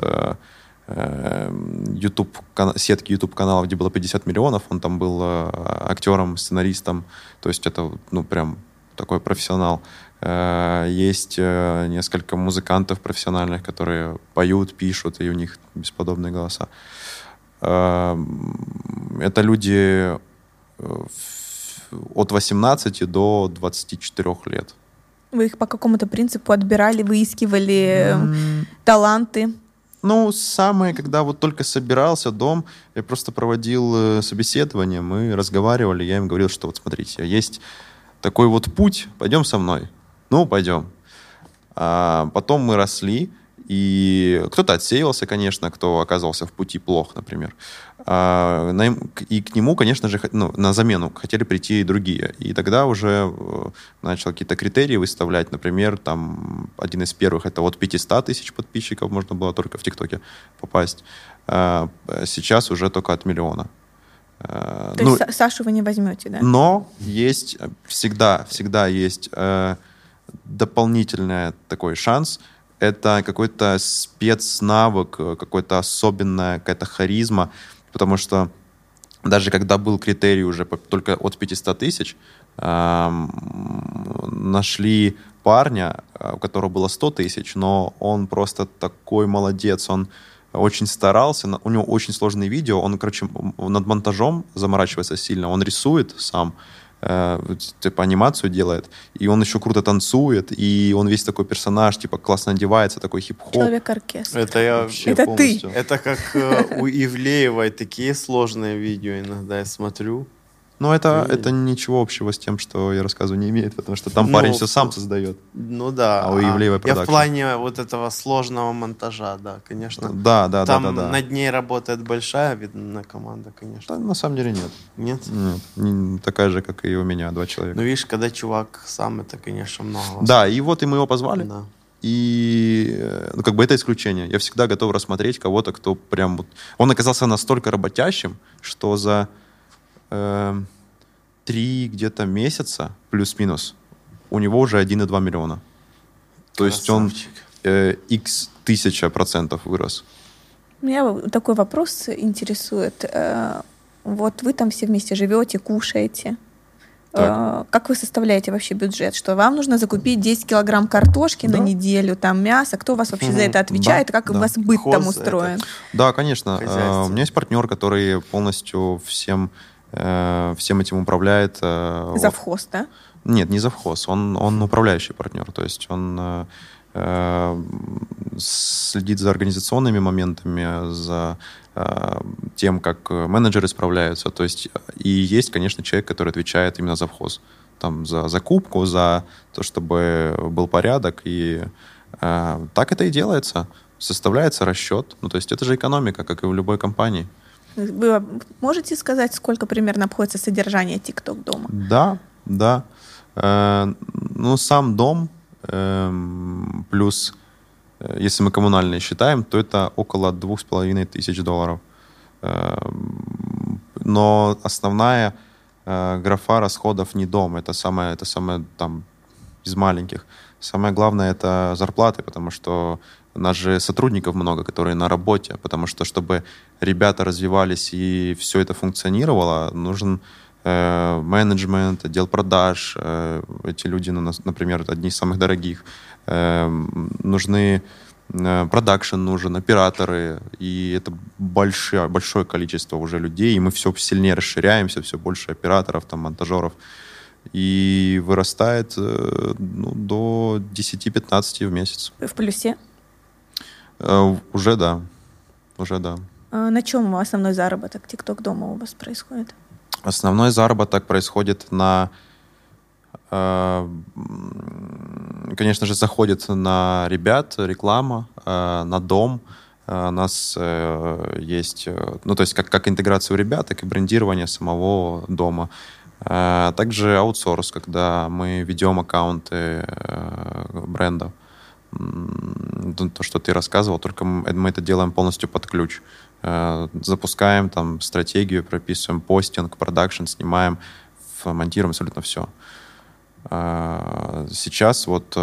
сетки YouTube-каналов, где было 50 миллионов. Он там был актером, сценаристом. То есть это, ну, прям такой профессионал. Есть несколько музыкантов профессиональных, которые поют, пишут, и у них бесподобные голоса. Это люди от 18 до 24 лет. Вы их по какому-то принципу отбирали, выискивали таланты? Ну, самое, когда вот только собирался дом, я просто проводил собеседование, мы разговаривали, я им говорил, что вот смотрите, есть такой вот путь, пойдем со мной. Ну, пойдем. А потом мы росли, и кто-то отсеивался, конечно, кто оказывался в пути плох, например. И к нему, конечно же, на замену хотели прийти и другие. И тогда уже начал какие-то критерии выставлять. Например, там один из первых — это от 500 тысяч подписчиков можно было только в ТикТоке попасть. Сейчас уже только от 1 миллиона. То есть Сашу вы не возьмете, да? Но есть всегда есть дополнительный такой шанс. Это какой-то спецнавык, какая-то особенная какая-то харизма, потому что даже когда был критерий уже только от 500 тысяч, нашли парня, у которого было 100 тысяч, но он просто такой молодец, он очень старался, у него очень сложные видео, он, короче, над монтажом заморачивается сильно, он рисует сам, типа анимацию делает, и он еще круто танцует, и он весь такой персонаж, типа классно одевается, такой хип-хоп. Человек-оркестр. Это я вообще это полностью. Ты. Это как у Ивлеевой такие сложные видео иногда я смотрю. Но это ничего общего с тем, что я рассказываю, не имеет, потому что там парень все сам создает. Ну да. А у Ивлеевой я продакшн. в плане вот этого сложного монтажа, да, конечно. Да. Там над ней работает большая, видно, команда, конечно. Да, на самом деле нет. Нет? Нет. Такая же, как и у меня, 2 человека. Ну, видишь, когда чувак сам, это, конечно, много. Да, и вот и мы его позвали. Да. И как бы это исключение. Я всегда готов рассмотреть кого-то, кто прям... Он оказался настолько работящим, что за 3 где-то месяца, плюс-минус, у него уже 1,2 миллиона. То есть он x 1000% вырос. Меня такой вопрос интересует. Вот вы там все вместе живете, кушаете. Как вы составляете вообще бюджет? Что вам нужно закупить 10 килограмм картошки на неделю, там мясо? Кто у вас вообще за это отвечает? Как у вас быт там устроен? Да, конечно. У меня есть партнер, который полностью всем этим управляет. Завхоз, да? Нет, не завхоз. Он управляющий партнер. То есть он следит за организационными моментами, за тем, как менеджеры справляются. То есть и есть, конечно, человек, который отвечает именно за завхоз. Там, за закупку, за то, чтобы был порядок. И так это и делается. Составляется расчет. Ну, то есть это же экономика, как и в любой компании. Вы можете сказать, сколько примерно обходится содержание TikTok дома? Да. Ну, сам дом плюс, если мы коммунальные считаем, то это около $2500. Но основная графа расходов не дом. Это самое там из маленьких. Самое главное — это зарплаты, потому что у нас же сотрудников много, которые на работе, потому что, чтобы ребята развивались и все это функционировало, нужен менеджмент, отдел продаж. Эти люди, например, одни из самых дорогих. Нужны продакшн, нужен операторы, и это большое количество уже людей, и мы все сильнее расширяемся, все больше операторов, там, монтажеров. И вырастает до 10-15 в месяц. В плюсе? Уже да. На чем основной заработок TikTok дома у вас происходит? Основной заработок происходит конечно же, заходит на ребят реклама, на дом. У нас есть, ну, то есть как интеграция у ребят, так и брендирование самого дома. Также аутсорс, когда мы ведем аккаунты брендов. То, что ты рассказывал, только мы это делаем полностью под ключ. Запускаем там стратегию, прописываем постинг, продакшн, снимаем, монтируем абсолютно все. Сейчас вот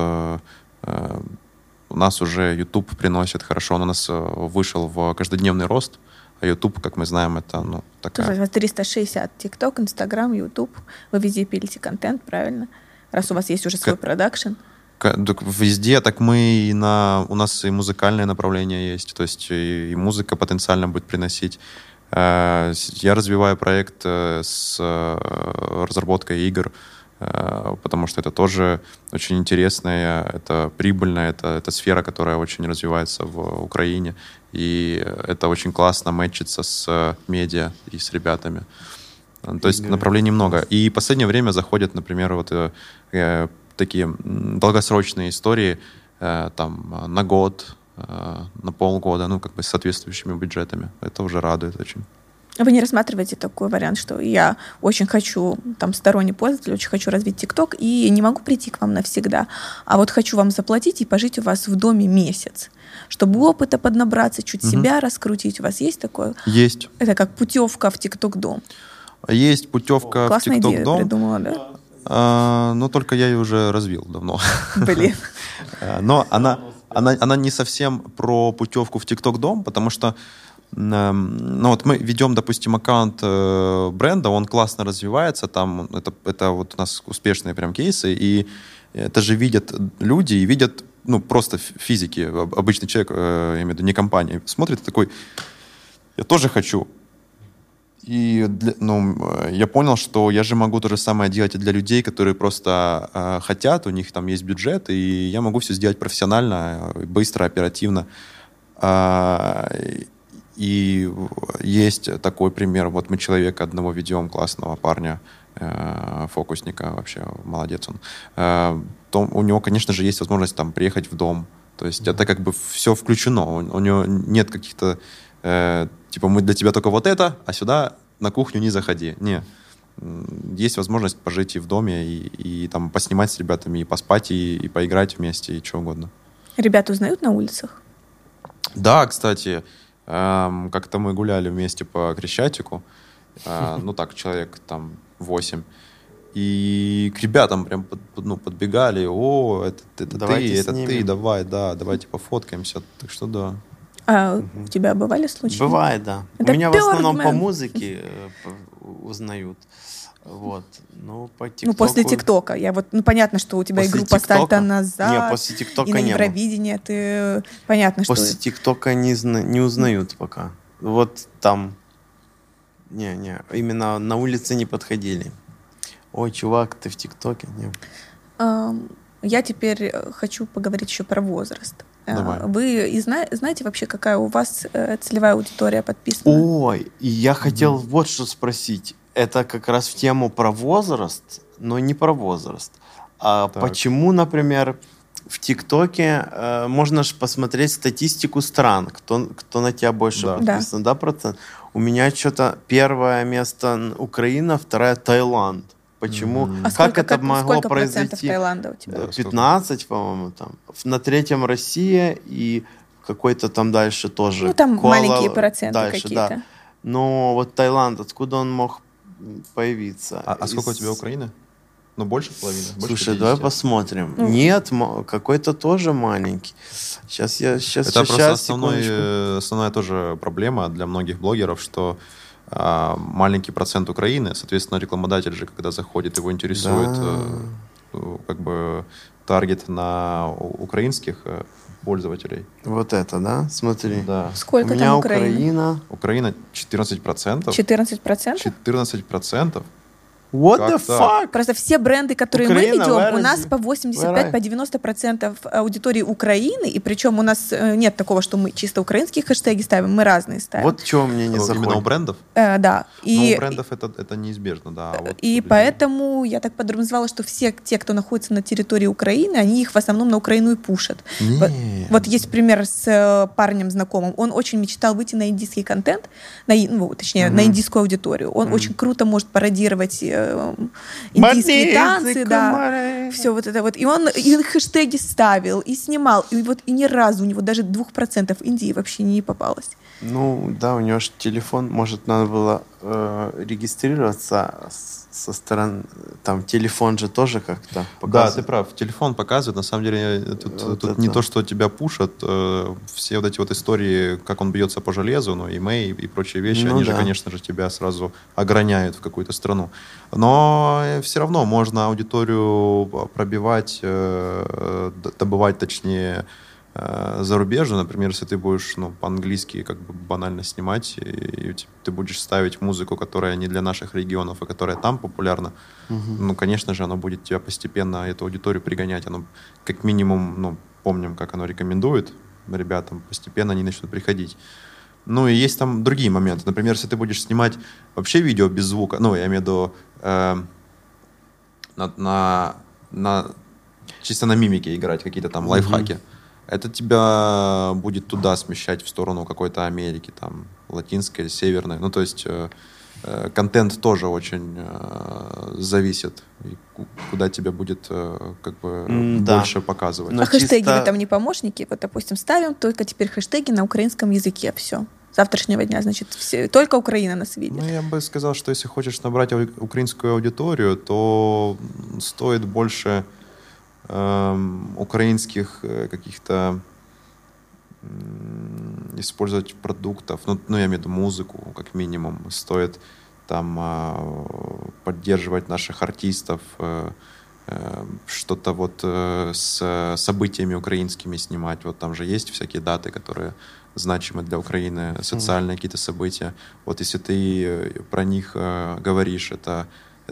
у нас уже YouTube приносит хорошо, он у нас вышел в каждодневный рост, а YouTube, как мы знаем, это такая... 360, TikTok, Instagram, YouTube. Вы везде пилите контент, правильно? Раз у вас есть уже свой продакшн. Везде, так мы у нас и музыкальное направление есть, то есть и музыка потенциально будет приносить. Я развиваю проект с разработкой игр, потому что это тоже очень интересная, это прибыльная, это сфера, которая очень развивается в Украине, и это очень классно мэчится с медиа и с ребятами. То есть направлений много. И в последнее время заходят, например, вот такие долгосрочные истории там на год, на полгода, ну, как бы с соответствующими бюджетами. Это уже радует очень. Вы не рассматриваете такой вариант, что я очень хочу, там, сторонний пользователь, очень хочу развить ТикТок, и не могу прийти к вам навсегда, а вот хочу вам заплатить и пожить у вас в доме месяц, чтобы опыта поднабраться, чуть себя раскрутить. У вас есть такое? Есть. Это как путевка в ТикТок-дом. Есть путевка в ТикТок-дом. Классная идея придумала, да? Но только я ее уже развил давно. Блин. Но она не совсем про путевку в ТикТок-дом, потому что ну, вот мы ведем, допустим, аккаунт бренда, он классно развивается, там это вот у нас успешные прям кейсы, и это же видят люди, и видят, ну, просто физики, обычный человек, я имею в виду, не компания, смотрит и такой, я тоже хочу. И я понял, что я же могу то же самое делать и для людей, которые просто хотят, у них там есть бюджет, и я могу все сделать профессионально, быстро, оперативно. И есть такой пример. Вот мы человека одного ведем, классного парня, фокусника, вообще молодец он. У него, конечно же, есть возможность там приехать в дом. То есть это как бы все включено. У него нет каких-то... типа мы для тебя только вот это, а сюда на кухню не заходи. Не. Есть возможность пожить и в доме, и там поснимать с ребятами, и поспать, и поиграть вместе, и что угодно. Ребята узнают на улицах? Да, кстати... Как-то мы гуляли вместе по Крещатику, ну так, человек там 8, и к ребятам прям подбегали, о, это ты, давайте пофоткаемся, так что да. А у тебя бывали случаи? Бывает, да. Это у меня в основном Birdman. по музыке узнают. Вот. Ну, по ТикТоку... Ну, после ТикТока. понятно, что у тебя После и группа ТикТока? «Сальто назад», Не, после ТикТока и на не было. Евровидении ты... Понятно, что... После ТикТока не узнают пока. Вот там... Не, именно на улице не подходили. Ой, чувак, ты в ТикТоке? Не. Я теперь хочу поговорить еще про возраст. Давай. Вы знаете вообще, какая у вас целевая аудитория подписана? Ой, и я хотел вот что спросить. Это как раз в тему про возраст, но не про возраст. А почему, например, в ТикТоке можно же посмотреть статистику стран, кто на тебя больше подписан, да, процент? У меня что-то первое место Украина, второе Таиланд. Почему? Как это могло сколько произойти? Процентов Таиланда у тебя? 15, по-моему, там. На третьем Россия и какой-то там дальше тоже. Ну, там маленькие проценты дальше, какие-то. Да. Но вот Таиланд, откуда он мог появиться? А сколько у тебя Украины? Ну, больше половины? Слушай, давай посмотрим. Нет, какой-то тоже маленький. Сейчас Это просто основная тоже проблема для многих блогеров, что маленький процент Украины, соответственно, рекламодатель же, когда заходит, его интересует как бы таргет на украинских пользователей. Вот это, да? Смотри. Да. Сколько у меня там Украина? Украина 14%. 14%? 14%. What the fuck? Просто все бренды, которые Украина, мы ведем, у нас по 85-90% аудитории Украины, и причем у нас нет такого, что мы чисто украинские хэштеги ставим, мы разные ставим. Вот чего мне не заходит. Именно у брендов? Да. У брендов это неизбежно, да. И поэтому я так подразумевала, что все те, кто находится на территории Украины, они их в основном на Украину и пушат. Вот есть пример с парнем знакомым. Он очень мечтал выйти на индийский контент, на индийскую аудиторию. Он очень круто может пародировать индийские танцы, да, все вот это вот. И он и хэштеги ставил, и снимал, и ни разу у него даже 2% Индии вообще не попалось. Ну, да, у него же телефон, может, надо было регистрироваться со стороны, там, телефон же тоже как-то Да, показывает. ты прав. Телефон показывает. На самом деле, тут, Вот тут не это. то, что тебя пушат. Все вот эти вот истории, как он бьется по железу, ну, имей и прочие вещи, Ну они же, да. конечно же, тебя сразу ограняют в какую-то страну. Но все равно можно аудиторию пробивать, добывать, точнее, зарубежную. Например, если ты будешь по-английски как бы банально снимать, и ты будешь ставить музыку, которая не для наших регионов, и которая там популярна, ну, конечно же, оно будет тебя постепенно, эту аудиторию пригонять. Оно, как минимум, помним, как оно рекомендует ребятам, постепенно они начнут приходить. Ну, и есть там другие моменты. Например, если ты будешь снимать вообще видео без звука, ну, я имею в виду чисто на мимике играть, какие-то там лайфхаки, это тебя будет туда смещать в сторону какой-то Америки, там, латинской, северной. Ну, то есть контент тоже очень зависит, и куда тебя будет как бы Да. больше показывать. Но А хэштеги чисто- вы там не помощники? Вот, допустим, ставим только теперь хэштеги на украинском языке. Все. С завтрашнего дня, значит, только Украина нас видит. Ну, я бы сказал, что если хочешь набрать украинскую аудиторию, то стоит больше украинских каких-то использовать продуктов, ну, я имею в виду музыку, как минимум, стоит там поддерживать наших артистов, что-то вот с событиями украинскими снимать. Вот там же есть всякие даты, которые значимы для Украины, социальные какие-то события. Вот если ты про них говоришь, это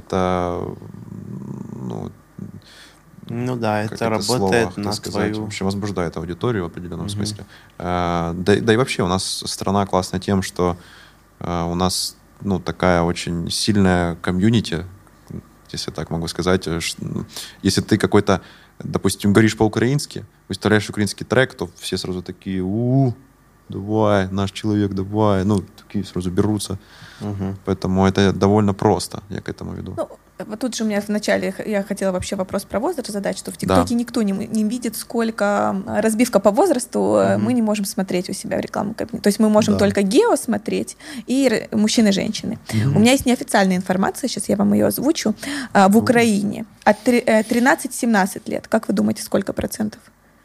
Ну да, как это работает слово, на так сказать, в твою... общем, возбуждает аудиторию в определенном смысле. Да и вообще у нас страна классная тем, что у нас такая очень сильная комьюнити, если так могу сказать. Если ты какой-то, допустим, говоришь по-украински, выставляешь украинский трек, то все сразу такие: давай, наш человек, давай. Ну, такие сразу берутся. Поэтому это довольно просто, я к этому веду. Ну, вот тут же у меня вначале я хотела вообще вопрос про возраст задать, что в ТикТоке никто не видит, сколько разбивка по возрасту, мы не можем смотреть у себя в рекламном кабинете. То есть мы можем только гео смотреть и мужчины и женщины. У меня есть неофициальная информация, сейчас я вам ее озвучу. В Украине от 13-17 лет, как вы думаете, сколько процентов?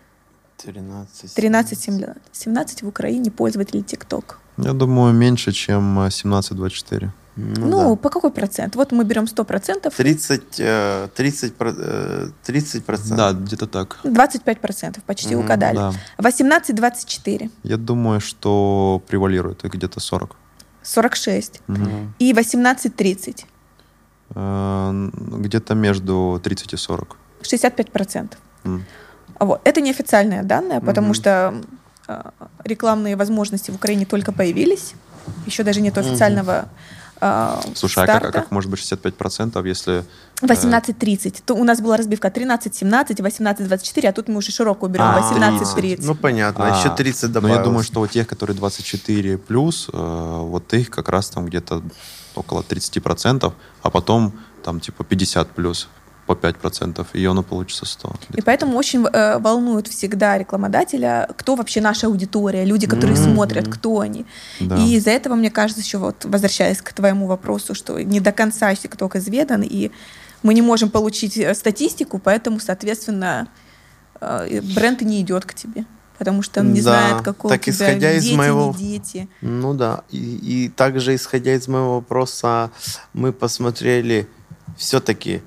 13-17 в Украине пользователей ТикТок. Я думаю, меньше, чем 17-24. Ну, по какой процент? Вот мы берем 100%. 30%. Да, где-то так. 25%, почти угадали. Да. 18-24. Я думаю, что превалирует где-то 40. 46. И 18-30. Где-то между 30 и 40. 65%. Вот. Это неофициальные данные, потому что рекламные возможности в Украине только появились. Еще даже нет официального Слушай, старта. а как может быть 65%, если... 18-30. То у нас была разбивка 13-17, 18-24, а тут мы уже широкую берем 18-30. Ну, понятно. Еще 30 добавилось. Но я думаю, что вот тех, которые 24 плюс, вот их как раз там где-то около 30%, а потом там типа 50 плюс по 5%, и оно получится 100. И поэтому очень волнует всегда рекламодателя, кто вообще наша аудитория, люди, которые смотрят, кто они. Да. И из-за этого, мне кажется, еще вот возвращаясь к твоему вопросу, что не до конца TikTok изведан, и мы не можем получить статистику, поэтому, соответственно, бренд и не идет к тебе. Потому что он не знает, какого так, у тебя исходя дети, из моего... не дети. Ну да. И также, исходя из моего вопроса, мы посмотрели все-таки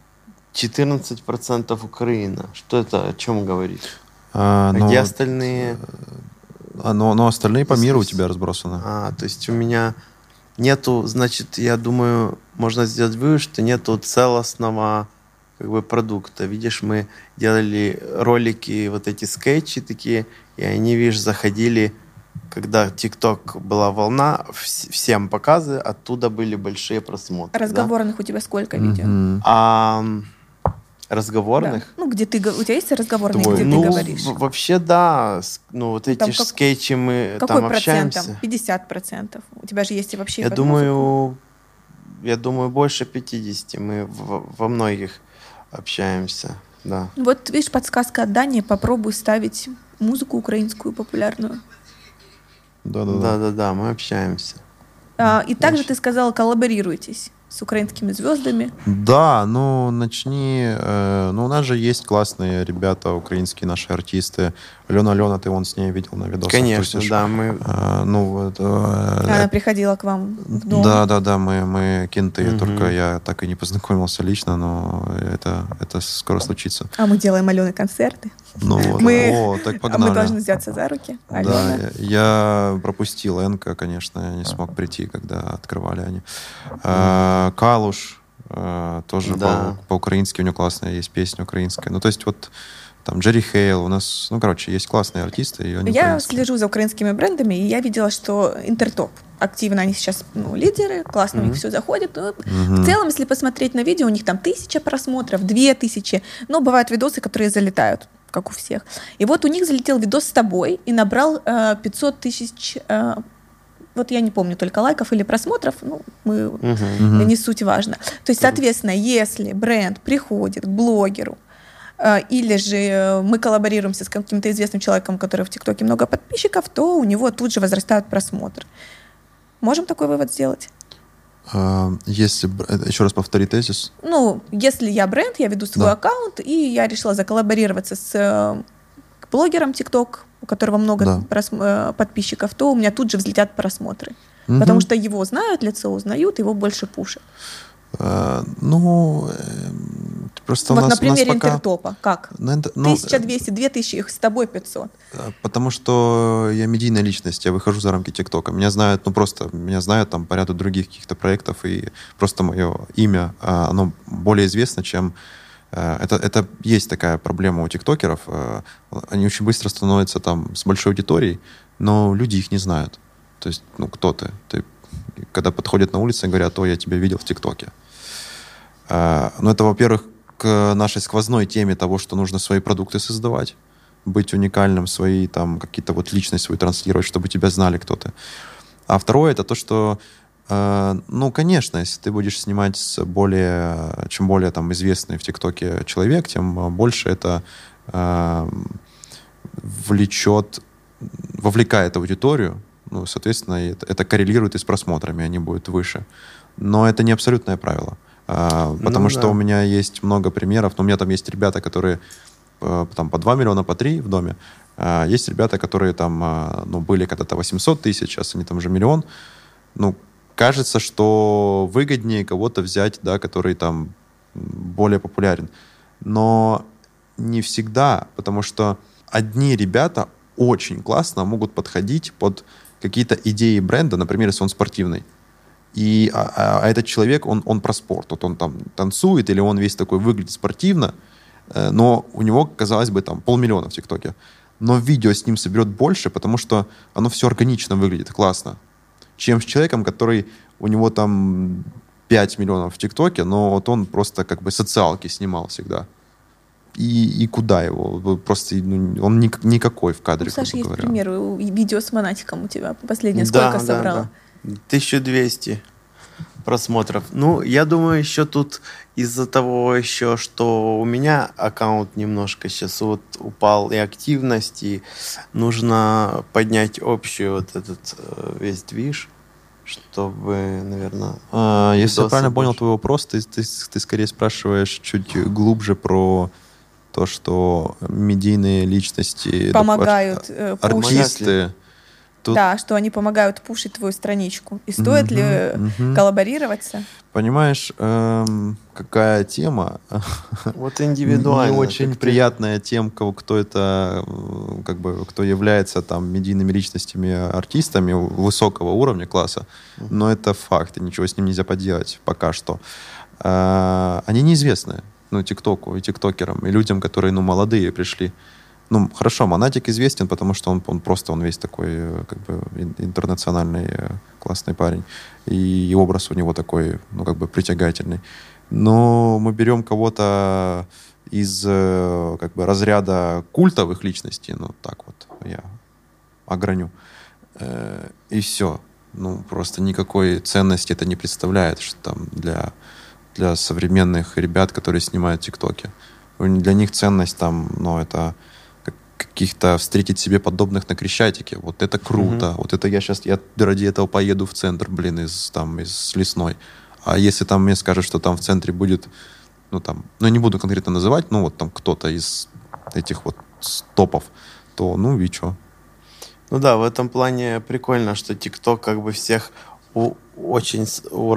14% Украина. Что это, о чем говорит? Где остальные? Но остальные по миру у тебя разбросаны. То есть у меня нету, значит, я думаю, можно сделать вывод, что нету целостного как бы продукта. Видишь, мы делали ролики, вот эти скетчи такие, и они, видишь, заходили, когда ТикТок была волна, всем показы, оттуда были большие просмотры. Разговорных у тебя сколько видео? Разговорных? Да. Ну, где ты, у тебя есть разговорные, где ты говоришь? Вообще, да. Ну, вот эти скетчи мы какой там процент, общаемся. 50%. У тебя же есть и вообще... Я думаю, больше 50. Мы во многих общаемся, да. Вот, видишь, подсказка от Дани. Попробуй ставить музыку украинскую популярную. Да, мы общаемся. И также ты сказала, коллаборируетесь с украинскими звездами. Да, ну начни. Ну, у нас же есть классные ребята, украинские наши артисты. Алена, ты вон с ней видел на видосах. Конечно, тусишь. да, мы... Она приходила к вам в дом. Да, мы кенты, только я так и не познакомился лично, но это скоро случится. А мы делаем Алены концерты. Ну вот, так погнали. Мы должны взяться за руки. Алена. Да, я пропустил Энка, конечно, я не смог прийти, когда открывали они. Калуш тоже по-украински, у него классная есть песня украинская. Ну, то есть вот там Джерри Хейл, у нас, ну, короче, есть классные артисты. И они я слежу за украинскими брендами, и я видела, что Интертоп активно, они сейчас лидеры, классно у них все заходит. Но в целом, если посмотреть на видео, у них там 1000 просмотров, 2000, но бывают видосы, которые залетают, как у всех. И вот у них залетел видос с тобой и набрал 500 тысяч, вот я не помню, только лайков или просмотров, ну, не суть важно. То есть, соответственно, если бренд приходит к блогеру, или же мы коллаборируемся с каким-то известным человеком, у которого в ТикТоке много подписчиков, то у него тут же возрастают просмотры. Можем такой вывод сделать? Если... Еще раз повтори тезис. Ну, если я бренд, я веду свой аккаунт, и я решила заколлаборироваться с блогером ТикТок, у которого много подписчиков, то у меня тут же взлетят просмотры. Потому что его знают, лицо узнают, его больше пушат. Ну, просто вот у нас, на примере пока... Интертопа. Как? 1200, 2000, их с тобой 500. Потому что я медийная личность, я выхожу за рамки ТикТока. Меня знают, меня знают там по ряду других каких-то проектов, и просто мое имя, оно более известно, чем... Это есть такая проблема у тиктокеров. Они очень быстро становятся там с большой аудиторией, но люди их не знают. То есть, ну, кто ты? Ты когда подходят на улице и говорят: «О, я тебя видел в ТикТоке». Ну, это, во-первых, к нашей сквозной теме того, что нужно свои продукты создавать, быть уникальным, свои там какие-то вот личность свою транслировать, чтобы тебя знали кто-то. А второе — это то, что, ну, конечно, если ты будешь снимать чем более там известный в ТикТоке человек, тем больше это вовлекает аудиторию. Ну, соответственно, это коррелирует и с просмотрами, они будут выше. Но это не абсолютное правило. Потому что у меня есть много примеров. Но у меня там есть ребята, которые там по 2 миллиона, по 3 в доме. Есть ребята, которые там, ну, были когда-то 800 тысяч, сейчас они там уже 1 миллион. Ну, кажется, что выгоднее кого-то взять, да, который там более популярен. Но не всегда, потому что одни ребята очень классно могут подходить под какие-то идеи бренда, например, если он спортивный. А этот человек, он про спорт. Вот он там танцует, или он весь такой выглядит спортивно, но у него, казалось бы, там 500 000 в ТикТоке. Но видео с ним соберет больше, потому что оно все органично выглядит, классно. Чем с человеком, который у него там 5 миллионов в ТикТоке, но вот он просто как бы социалки снимал всегда. И куда его? Просто он никакой в кадре. Ну, Саша, есть пример. Видео с Монатиком у тебя последнее сколько собрало? Да. 1200 просмотров. Ну, я думаю, еще тут из-за того еще, что у меня аккаунт немножко сейчас вот упал и активность, и нужно поднять общий вот этот весь движ, чтобы, наверное... Если я правильно понял твой вопрос, ты скорее спрашиваешь чуть глубже про то, что медийные личности, помогают артисты. Да, что они помогают пушить твою страничку. И стоит ли коллаборироваться? Понимаешь, какая тема? Вот индивидуально. Не очень приятная тем, кто это, как бы, кто является там медийными личностями, артистами высокого уровня, класса. Но это факт, и ничего с ним нельзя поделать пока что. Они неизвестны. Ну, ТикТоку и тиктокерам, и людям, которые, ну, молодые пришли. Ну, хорошо, Монатик известен, потому что он весь такой, как бы, интернациональный классный парень. И образ у него такой, ну, как бы, притягательный. Но мы берем кого-то из, как бы, разряда культовых личностей, ну, так вот, я ограню. И все. Ну, просто никакой ценности это не представляет, что там для современных ребят, которые снимают ТикТоки. Для них ценность там, ну, это каких-то встретить себе подобных на Крещатике. Вот это круто. Вот это я ради этого поеду в центр, из Лесной. А если там мне скажут, что там в центре будет, я не буду конкретно называть, там кто-то из этих вот топов, то и чё? Ну да, в этом плане прикольно, что TikTok как бы всех очень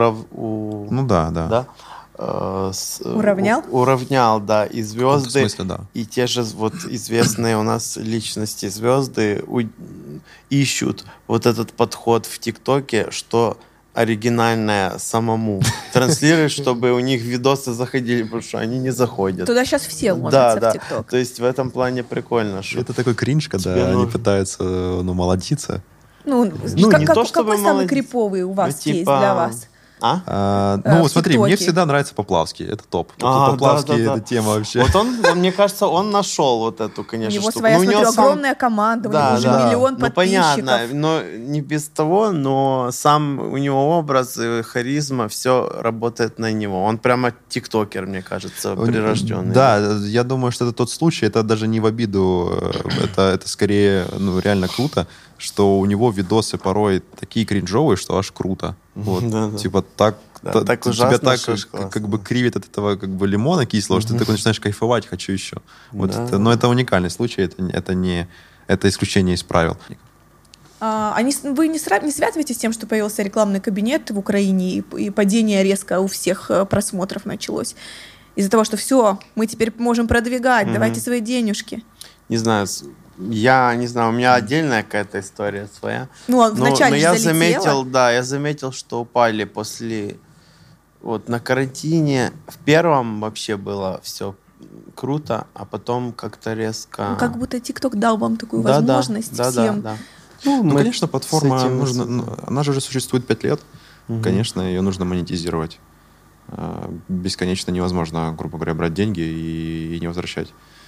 да. Уравнял? Уравнял, да. И звезды, в смысле, да. и те же вот известные у нас личности звезды ищут вот этот подход в ТикТоке, что оригинальное самому транслировать, чтобы у них видосы заходили, потому что они не заходят. Туда сейчас все ломятся в ТикТок. То есть в этом плане прикольно. Что это такой кринж, когда они пытаются молодиться. Какой самый криповый у вас есть для вас? Смотри, мне всегда нравится Поплавский. Это топ. Поплавский — это тема вообще. Вот мне кажется, он нашел вот эту, конечно, у него штуку. своя, смотрю, огромная команда, у него уже миллион подписчиков. Понятно, но не без того, но сам у него образ, харизма, все работает на него. Он прямо тиктокер, мне кажется, прирожденный. Да, я думаю, что это тот случай, это даже не в обиду, это скорее реально круто, что у него видосы порой такие кринжовые, что аж круто. Вот. Типа так ужасно, тебя так как бы кривит от этого как бы лимона кислого, что ты такой начинаешь кайфовать, хочу еще. Вот но это уникальный случай, это исключение из правил. Вы не связываете с тем, что появился рекламный кабинет в Украине и падение резко у всех просмотров началось? Из-за того, что все, мы теперь можем продвигать, давайте свои денежки. Не знаю, я не знаю, у меня отдельная какая-то история своя. Вначале но я заметил, что упали после... Вот на карантине в первом вообще было все круто, а потом как-то резко... как будто ТикТок дал вам такую возможность всем. Да. Конечно, платформа она же уже существует 5 лет. Конечно, ее нужно монетизировать. Бесконечно невозможно, грубо говоря, брать деньги и не возвращать.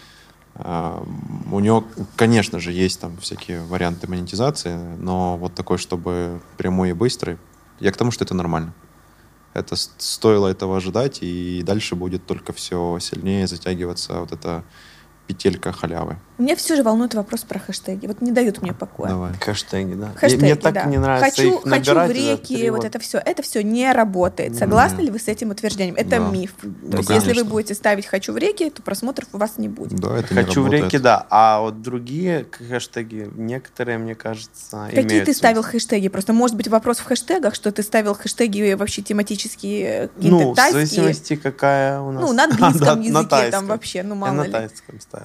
У него, конечно же, есть там всякие варианты монетизации, но вот такой, чтобы прямой и быстрый, я к тому, что это нормально. Это стоило этого ожидать, и дальше будет только все сильнее затягиваться вот эта петелька халявы. Меня все же волнует вопрос про хэштеги. Вот не дают мне покоя. Давай. Хэштеги, да. Мне так не нравится их набирать. Хочу в реки, вот это все не работает. Согласны ли вы с этим утверждением? Это миф. То есть, если вы будете ставить «хочу в реки», то просмотров у вас не будет. Да, это «Хочу в реки», да. А вот другие хэштеги, некоторые, мне кажется, Какие ты ставил хэштеги? Просто, может быть, вопрос в хэштегах, что ты ставил хэштеги вообще тематические, какие-то тайские? В зависимости, какая у нас. На английском языке там вообще, мало ли. Я на тайском ставил.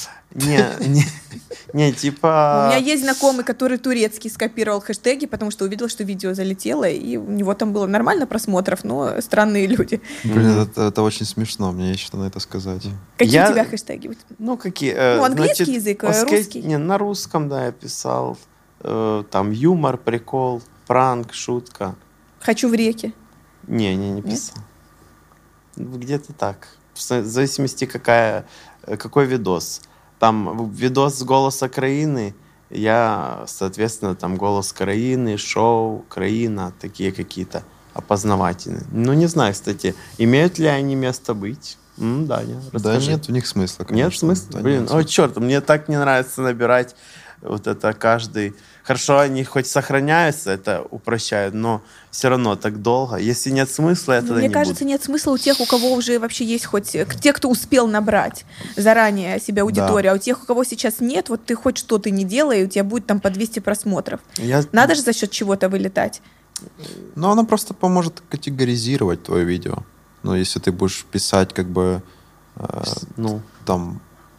Не, типа... У меня есть знакомый, который турецкий скопировал хэштеги, потому что увидел, что видео залетело, и у него там было нормально просмотров, но странные люди. Блин, это очень смешно, мне есть что на это сказать. Какие у тебя хэштеги? Какие? Английский язык, русский? Не, на русском, да, я писал. Там юмор, прикол, пранк, шутка. «Хочу в реки». Не писал. Где-то так. В зависимости, какой видос. Там видос «Голос Украины», я, соответственно, там «Голос Украины», шоу «Украина», такие какие-то опознавательные. Не знаю, кстати, имеют ли они место быть? Даня, расскажи. Да нет в них смысла, конечно. Нет смысла? Блин, черт, мне так не нравится набирать вот это каждый... Хорошо, они хоть сохраняются, это упрощает, но все равно так долго. Если нет смысла, я тогда не буду. Мне кажется, нет смысла у тех, у кого уже вообще есть хоть... Те, кто успел набрать заранее себе аудиторию, а у тех, у кого сейчас нет, вот ты хоть что-то не делай, у тебя будет там по 200 просмотров. Надо же за счет чего-то вылетать. Она просто поможет категоризировать твое видео. Но если ты будешь писать как бы там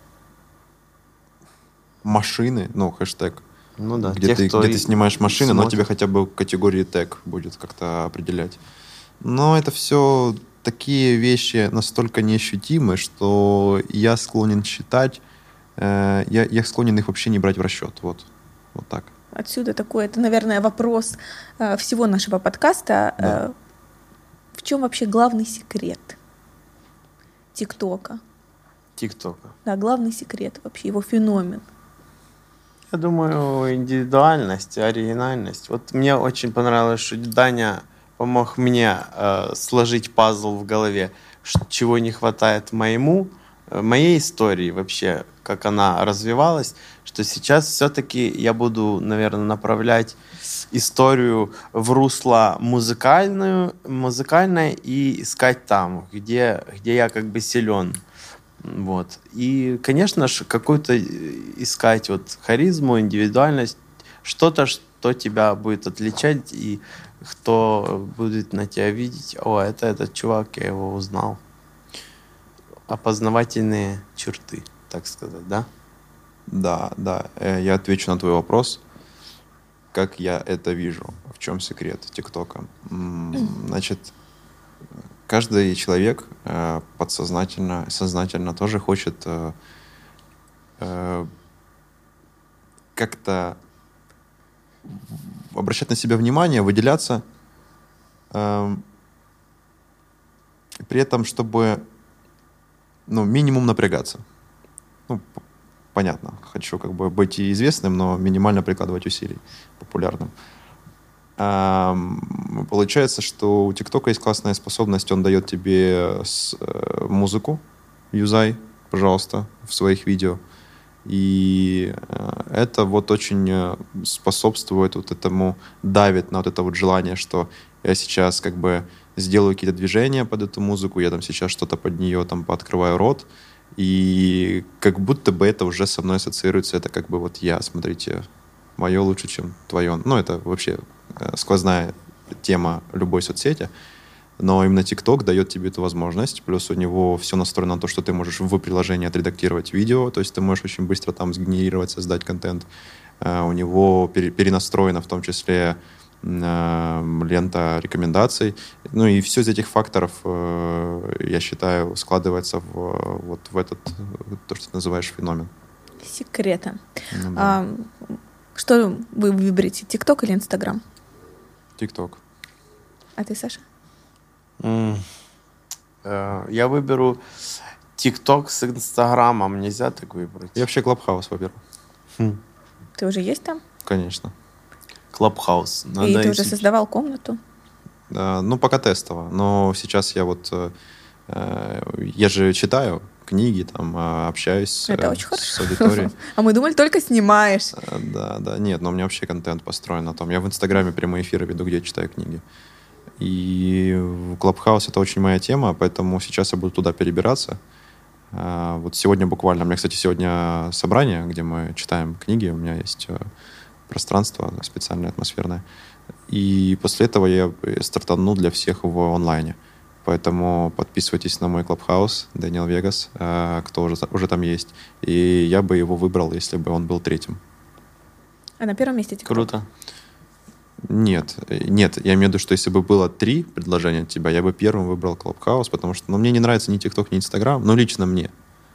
машины, хэштег, где ты снимаешь машины, но тебе хотя бы категории тег будет как-то определять. Но это все такие вещи настолько неощутимы, что я склонен считать, я склонен их вообще не брать в расчет. Вот так. Отсюда такой, это, наверное, вопрос всего нашего подкаста. Да. В чем вообще главный секрет ТикТока? Да, главный секрет вообще, его феномен. Я думаю, индивидуальность, оригинальность. Вот мне очень понравилось, что Даня помог мне сложить пазл в голове, чего не хватает моему моей истории вообще, как она развивалась, что сейчас все-таки я буду, наверное, направлять историю в русло музыкальное и искать там, где я как бы силен. Вот. И, конечно же, какую-то искать вот харизму, индивидуальность, что-то, что тебя будет отличать, и кто будет на тебя видеть, о, это этот чувак, я его узнал. Опознавательные черты, так сказать, да? Да, да. Я отвечу на твой вопрос. Как я это вижу? В чем секрет ТикТока? Значит, каждый человек подсознательно, сознательно тоже хочет как-то обращать на себя внимание, выделяться, при этом, чтобы минимум напрягаться. Понятно, хочу как бы быть и известным, но минимально прикладывать усилий, популярным. Получается, что у ТикТока есть классная способность, он дает тебе музыку, юзай, пожалуйста, в своих видео. И это вот очень способствует вот этому, давит на вот это вот желание, что я сейчас как бы сделаю какие-то движения под эту музыку, я там сейчас что-то под нее там пооткрываю рот, и как будто бы это уже со мной ассоциируется, это как бы вот я, смотрите, мое лучше, чем твое. Это вообще сквозная тема любой соцсети, но именно TikTok дает тебе эту возможность, плюс у него все настроено на то, что ты можешь в приложении отредактировать видео, то есть ты можешь очень быстро там сгенерировать, создать контент. У него перенастроено в том числе лента рекомендаций. И все из этих факторов, я считаю, складывается в этот, то, что ты называешь, феномен. Секреты. Да. Что вы выберете, ТикТок или Инстаграм? ТикТок. А ты, Саша? Я выберу ТикТок с Инстаграмом. Нельзя так выбрать. Я вообще Клабхаус выберу. Ты уже есть там? Конечно. Клабхаус. И ты уже создавал комнату? Пока тестово. Но сейчас я я же читаю книги, там, общаюсь с аудиторией. А мы думали, только снимаешь. Да. Нет, но у меня вообще контент построен на том. Я в Инстаграме прямые эфиры веду, где я читаю книги. И Клабхаус — это очень моя тема, поэтому сейчас я буду туда перебираться. Вот сегодня буквально, у меня, кстати, сегодня собрание, где мы читаем книги, у меня есть пространство специальное, атмосферное. И после этого я стартану для всех в онлайне. Поэтому подписывайтесь на мой Клабхаус, Дэниел Вегас, кто уже там есть. И я бы его выбрал, если бы он был третьим. А на первом месте TikTok? Круто. Нет, я имею в виду, что если бы было 3 предложения от тебя, я бы первым выбрал Клабхаус, потому что мне не нравится ни ТикТок, ни Инстаграм, лично мне.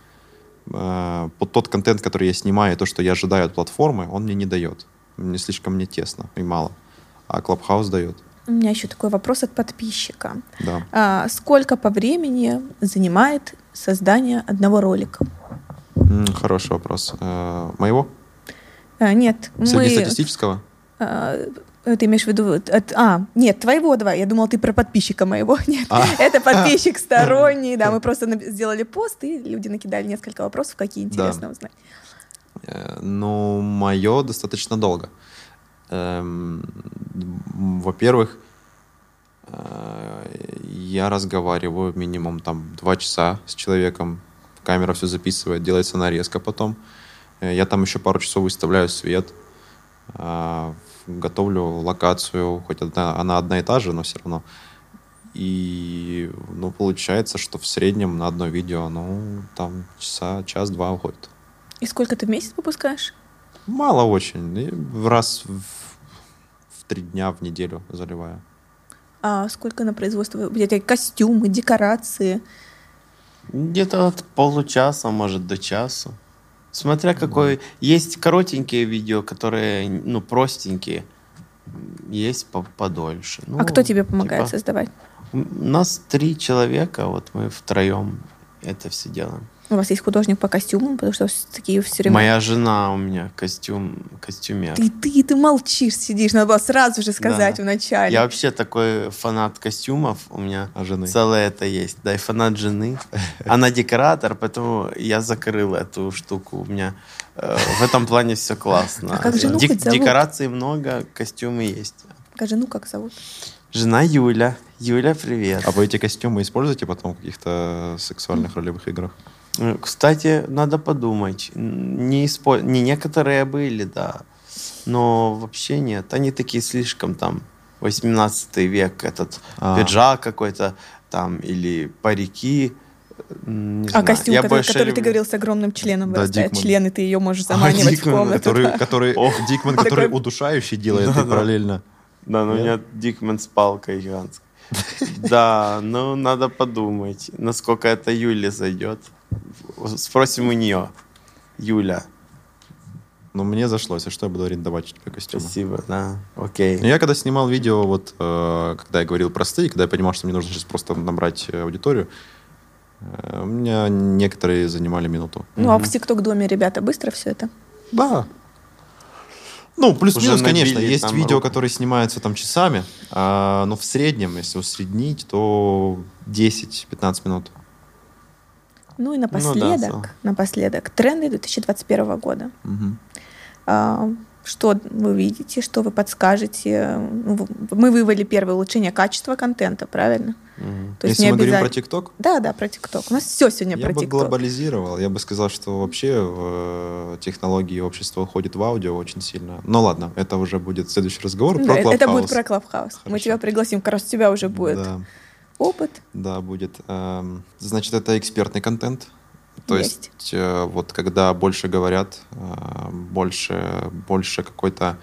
Тот контент, который я снимаю, и то, что я ожидаю от платформы, он мне не дает. Слишком тесно и мало. А Клабхаус дает. У меня еще такой вопрос от подписчика. Да. Сколько по времени занимает создание одного ролика? Хороший вопрос. Моего? Нет. Среднестатистического? Ты имеешь в виду... Нет, твоего давай. Я думала, ты про подписчика моего. Нет, это подписчик сторонний. Да, мы просто сделали пост, и люди накидали несколько вопросов, какие интересно узнать. Мое достаточно долго. Во-первых, я разговариваю минимум 2 часа с человеком. Камера все записывает, делается нарезка потом. Я там еще пару часов выставляю свет, готовлю локацию, хоть она одна и та же, но все равно. И получается, что в среднем на одно видео там час-два уходит. И сколько ты в месяц выпускаешь? Мало очень. Раз в 3 дня в неделю заливаю. А сколько на производство? Где-то костюмы, декорации? Где-то от получаса, может, до часу. Смотря какой... Есть коротенькие видео, которые, простенькие. Есть подольше. А кто тебе помогает создавать? У нас 3 человека, вот мы втроем это все делаем. У вас есть художник по костюмам, потому что такие все время... Моя жена у меня костюмер. Ты молчишь, сидишь. Надо было сразу же сказать Да. вначале. Я вообще такой фанат костюмов. У меня жены? целое это есть. Да, и фанат жены. Она декоратор, поэтому я закрыл эту штуку. У меня в этом плане все классно. А как жену хоть зовут? Декораций много, костюмы есть. А жену как зовут? Жена Юля. Юля, привет. А вы эти костюмы используете потом в каких-то сексуальных ролевых играх? Кстати, надо подумать. Не некоторые были, да. Но вообще нет. Они такие слишком там 18 век. Этот пиджак какой-то там или парики. Не знаю. Костюм, Я который больше ты люблю. говорил с огромным членом Да, вырастает. Дикман. Член, и ты ее можешь заманивать в Дикман, комнату. Который Дикман, который удушающий делает и параллельно. Да, но у Нет? меня Дикман с палкой гигантской. Да, ну надо подумать, насколько это Юле зайдет. Спросим у нее. Юля. Но мне зашлось, а что я буду арендовать тебе костюмы? Спасибо, да. Окей. Я когда снимал видео, вот когда я говорил про стейк, когда я понимал, что мне нужно сейчас просто набрать аудиторию, у меня некоторые занимали минуту. Ну, а в ТикТок-доме, ребята, быстро все это? Да. Ну, плюс-минус, Уже конечно. набили Есть там видео, руку. которые снимаются там часами, но в среднем, если усреднить, то 10-15 минут. Ну и да, напоследок, тренды 2021 года. Мгм. Что вы видите, что вы подскажете? Ну, мы вывели первое улучшение качества контента, правильно? Мгм. То есть Если не мы говорим про обязательно... ТикТок, Да, про ТикТок. У нас все сегодня я про бы ТикТок. глобализировал. Я бы сказал, что вообще технологии общества уходят в аудио очень сильно. Ну ладно, это уже будет следующий разговор про Clubhouse. Это будет про Клабхаус. Мы Хорошо. тебя пригласим, как раз у тебя уже будет Да, опыт. да, будет. Значит, это экспертный контент. То Есть. есть вот когда больше говорят, больше какой-то...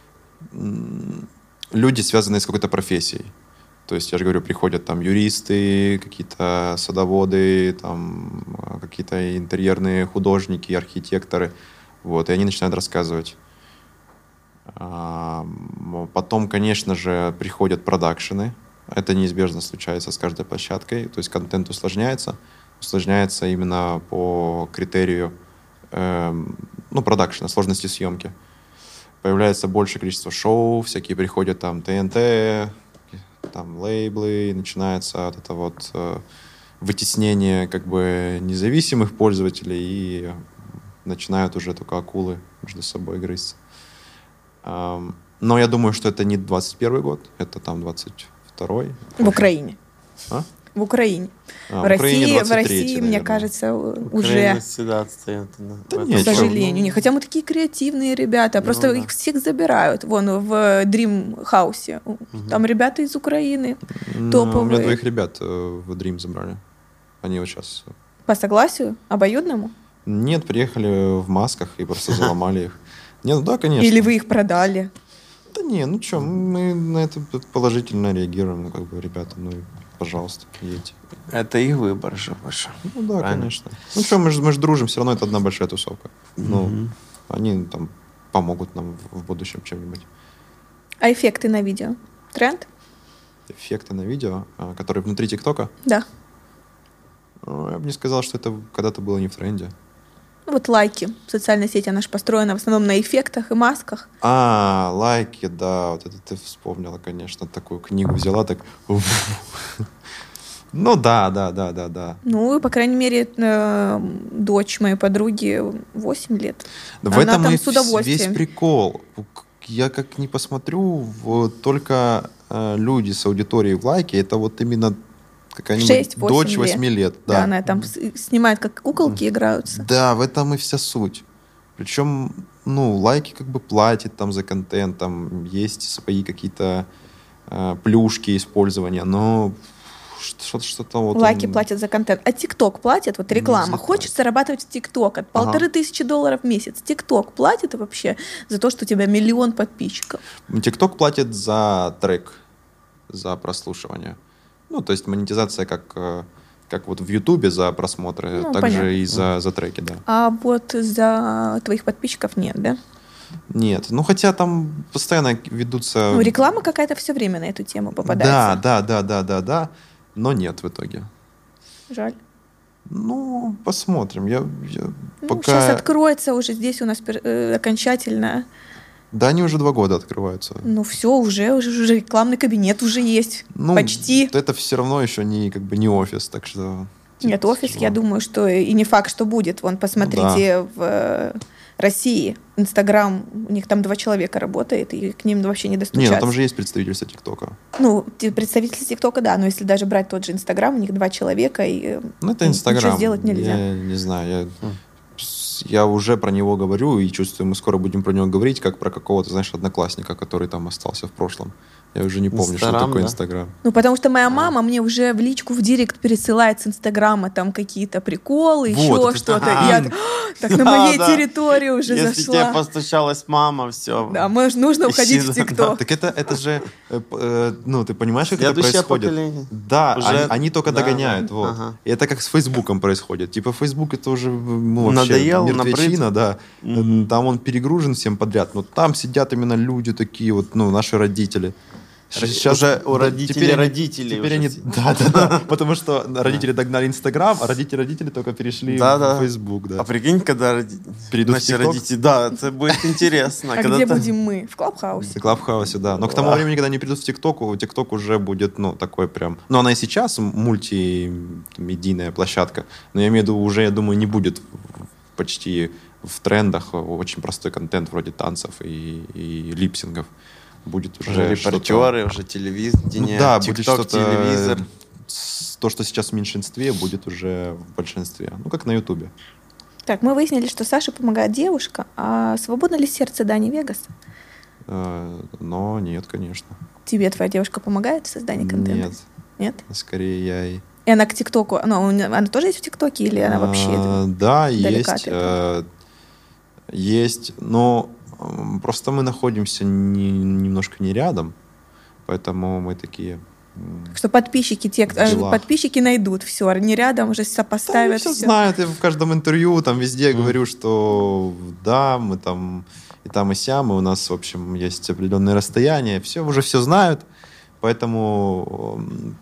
Люди, связанные с какой-то профессией. То есть, я же говорю, приходят там юристы, какие-то садоводы, там какие-то интерьерные художники, архитекторы. Вот, и они начинают рассказывать. Потом, конечно же, приходят продакшены. Это неизбежно случается с каждой площадкой. То есть контент усложняется. Усложняется именно по критерию продакшена, сложности съемки. Появляется большее количество шоу, всякие приходят там ТНТ, там лейблы, начинается вот это вот вытеснение как бы независимых пользователей, и начинают уже только акулы между собой грызться. Но я думаю, что это не 21 год, это там 22-й. В Украине. А? В Украине. В В России, 23-й, мне наверное. кажется, Украина уже, всегда отстает. Да В нет, к этом сожалению. плане. Не, хотя мы такие креативные ребята, просто да. их всех забирают. Вон в Dream House. Там ребята из Украины. У меня Топовые. 2 ребят в Dream забрали. Они вот сейчас... По согласию обоюдному? Нет, приехали в масках и просто заломали их. Не, ну да, конечно. Или вы их продали? Да не, ну что, мы на это положительно реагируем. Ну, как бы, ребята, ну, пожалуйста, едьте. Это их выбор же, Паша. Ну да, Правильно. конечно. Ну что, мы же дружим, все равно это одна большая тусовка. Ну, Мгм. они там помогут нам в будущем чем-нибудь. А эффекты на видео? Тренд? Эффекты на видео, которые внутри ТикТока, Да. я бы не сказал, что это когда-то было не в тренде. Ну, вот лайки. Социальная сеть, она же построена в основном на эффектах и масках. Лайки, да, вот это ты вспомнила, конечно, такую книгу взяла, так... Ну да. Ну, и, по крайней мере, дочь моей подруги 8 лет. Да в Она этом там и с удовольствием. весь прикол. Я как не посмотрю, только люди с аудиторией в лайке, это вот именно какая-нибудь 6-8 дочь 8 лет. Да, Да. она там снимает, как куколки играются. Да, в этом и вся суть. Причем, ну, лайки как бы платят там за контент, там есть свои какие-то плюшки использования, но что-то вот... Лайки платят за контент. А ТикТок платит? Вот реклама. знаю. Хочешь зарабатывать в ТикТок от Ага. $1500 в месяц. ТикТок платит вообще за то, что у тебя 1 миллион подписчиков? ТикТок платит за трек, за прослушивание. Ну, то есть монетизация как вот в Ютубе за просмотры, Ну, также понятно. и за треки, да. А вот за твоих подписчиков нет, да? Нет, ну хотя там постоянно ведутся... Ну, реклама какая-то все время на эту тему попадается. Да, но нет в итоге. Жаль. Ну, посмотрим. Я Ну, пока... сейчас откроется уже здесь у нас окончательно. Да, они уже 2 года открываются. Ну все, уже рекламный кабинет уже есть. Ну, Почти. Это все равно еще не, как бы, не офис, так что... Нет, офис, тяжело. я думаю, что и не факт, что будет. Вон, посмотрите, в России Инстаграм, у них там 2 человека работает, и к ним вообще не Не, достучаться. ну там же есть представительство ТикТока. Ну, представители ТикТока, да, но если даже брать тот же Инстаграм, у них 2 человека, и Ну, это Инстаграм. ничего сделать нельзя. Я не знаю, я уже про него говорю и чувствую, мы скоро будем про него говорить, как про какого-то, знаешь, одноклассника, который там остался в прошлом. Я уже не помню, что Инстаграм, такое да? Инстаграм. Ну, потому что моя мама мне уже в личку, в директ пересылает с Инстаграма там какие-то приколы, Вот, еще это что-то. ага. И я так на моей Да. территории уже Если тебе зашла. постучалась мама, все. Да, нужно уходить в Ищи, ТикТок. Так это же, ну, ты понимаешь, как это Следующее происходит? поколение. Да, Уже- они только да, догоняют. да, Вот. ага. И это как с Фейсбуком происходит. Типа Фейсбук это уже ну, вообще Надоел, мертвечина, да. Мгм. Там он перегружен всем подряд. Но там сидят именно люди такие вот, ну, наши родители. Уже у родителей родителей Теперь уже они, все. да, потому что родители догнали Инстаграм, а родители только перешли Да. в Фейсбук, да. А прикинь, когда Перейдут в наши TikTok? родители... Да, это будет интересно. А когда где ты- будем мы? В Клабхаусе. В Клабхаусе, да. Но к тому времени, когда они придут в ТикТок уже будет, ну, такой прям... Ну, она и сейчас мультимедийная площадка, но я имею в виду, уже, я думаю, не будет почти в трендах очень простой контент вроде танцев и липсингов. Будет уже Уже что-то... репортеры, уже телевидение, Ну да, будет ТикТок, что-то... телевизор. То, что сейчас в меньшинстве, будет уже в большинстве. Ну, как на Ютубе. Так, мы выяснили, что Саше помогает девушка, а свободно ли сердце Дани Вегаса? Но нет, конечно. Тебе твоя девушка помогает в создании контента? Нет. Нет? Скорее я и... И она к ТикТоку, она тоже есть в ТикТоке или она вообще... Да, далека есть. от этого? Есть, но просто мы находимся немножко не рядом, поэтому мы такие... Что подписчики, делах. подписчики найдут все, они рядом уже Да, сопоставят все все. знают, я в каждом интервью, там везде говорю, что да, мы там и сям, и у нас, в общем, есть определенные расстояния, уже все знают, поэтому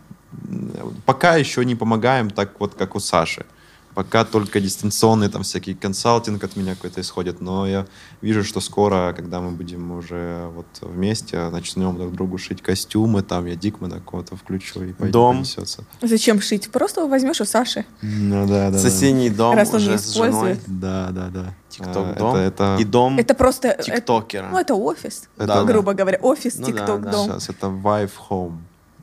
пока еще не помогаем так вот, как у Саши. Пока только дистанционный там всякий консалтинг от меня какой-то исходит, но я вижу, что скоро, когда мы будем уже вот вместе, начнем друг другу шить костюмы, там я Дикмана какого-то включу и пойдет, Дом. понесется. Зачем шить? Просто возьмешь у Саши. Ну да. Соседний дом Раз он уже не с женой. использует. Да. ТикТок дом. Это И дом Это просто... тиктокера. это офис, Это- грубо говоря. Офис, Ну да, ТикТок, да. дом. сейчас это Vive Home.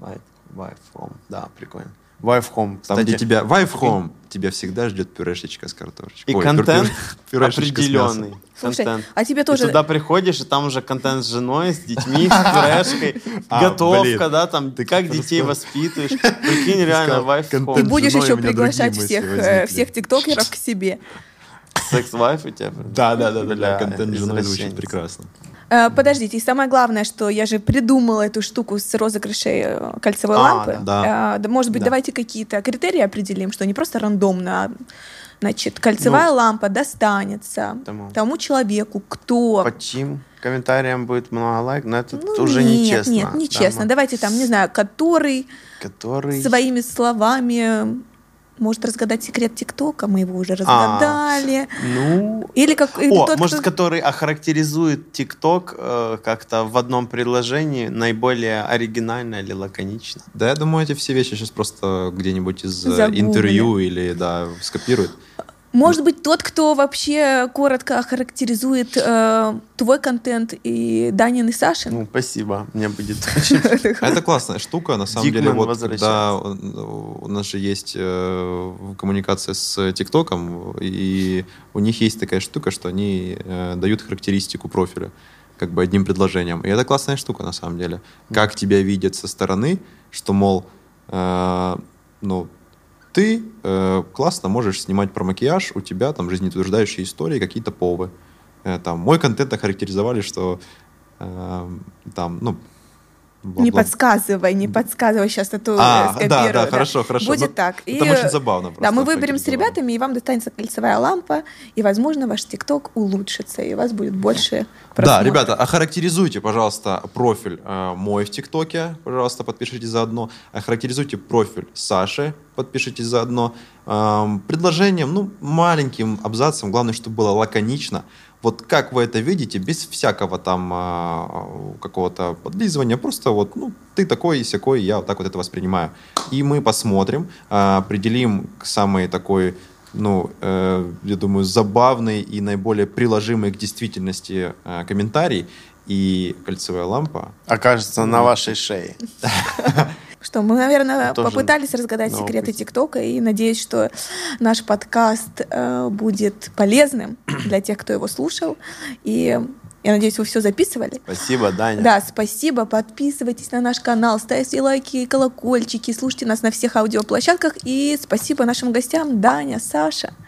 Wife Home. Да, прикольно. Wife Home. Там, Кстати, где тебя Vive Home, тебя всегда ждет пюрешечка с картошечкой. и Ой, контент пюрешечка с определенный. мясом. Слушай, Контент. а тебе И тоже... туда приходишь, и там уже контент с женой, с детьми, с пюрешкой, готовка, блин. да, там, Ты как просто- детей воспитываешь. Прикинь, реально, сказал, wife Ты контент home. будешь женой еще у меня приглашать другие всех, мысли возникли. всех тиктокеров к себе. Секс-вайф у тебя? Да, Бля, контент с женой звучит извращенец. прекрасно. Подождите, и самое главное, что я же придумала эту штуку с розыгрышей кольцевой лампы. да. Может быть, Да. давайте какие-то критерии определим, что не просто рандомно, а, значит, кольцевая лампа достанется тому человеку, кто... Под чьим комментариям будет много лайк, но это Ну, уже нет, нечестно. Нет, нечестно. Да, Давайте там, не знаю, который который... своими словами может разгадать секрет ТикТока, мы его уже разгадали. Ну... Или как... или О, тот, может, кто- который охарактеризует ТикТок как-то в одном предложении наиболее оригинально или лаконично. Да, я думаю, эти все вещи сейчас просто где-нибудь из Загуглили. интервью или, да, скопируют. Может быть, тот, кто вообще коротко охарактеризует твой контент и Данин и Сашин. Ну, спасибо, мне будет очень... А это классная штука, на самом Дикман деле, вот возвращается. когда у нас же есть коммуникация с ТикТоком, и у них есть такая штука, что они дают характеристику профиля как бы одним предложением. И это классная штука, на самом деле. Как тебя видят со стороны, что, мол, ну, ты классно можешь снимать про макияж, у тебя там жизнеутверждающие истории, какие-то повы. Там, мой контент охарактеризовали, что там, ну, Не подсказывай, сейчас это скопирую. да, хорошо. Будет Ну, так. Это И, очень забавно. Да, мы просто выберем с охарактеризовали. ребятами, и вам достанется кольцевая лампа, и, возможно, ваш ТикТок улучшится, и у вас будет больше Да, просмотров. ребята, охарактеризуйте, пожалуйста, профиль мой в ТикТоке, пожалуйста, подпишитесь заодно. Охарактеризуйте профиль Саши подпишитесь заодно. Предложением, ну, маленьким абзацем, главное, чтобы было лаконично. Вот как вы это видите, без всякого там какого-то подлизывания, просто вот, ну, ты такой и сякой, я вот так вот это воспринимаю. И мы посмотрим, определим самый такой, ну, я думаю, забавный и наиболее приложимый к действительности комментарий, и кольцевая лампа окажется на вашей шее. Что мы, наверное, Тоже попытались разгадать на секреты опыте. ТикТока, и надеюсь, что наш подкаст будет полезным для тех, кто его слушал. И я надеюсь, вы все записывали. Спасибо, Даня. Да, спасибо. Подписывайтесь на наш канал, ставьте лайки, колокольчики, слушайте нас на всех аудиоплощадках. И спасибо нашим гостям Даня, Саша.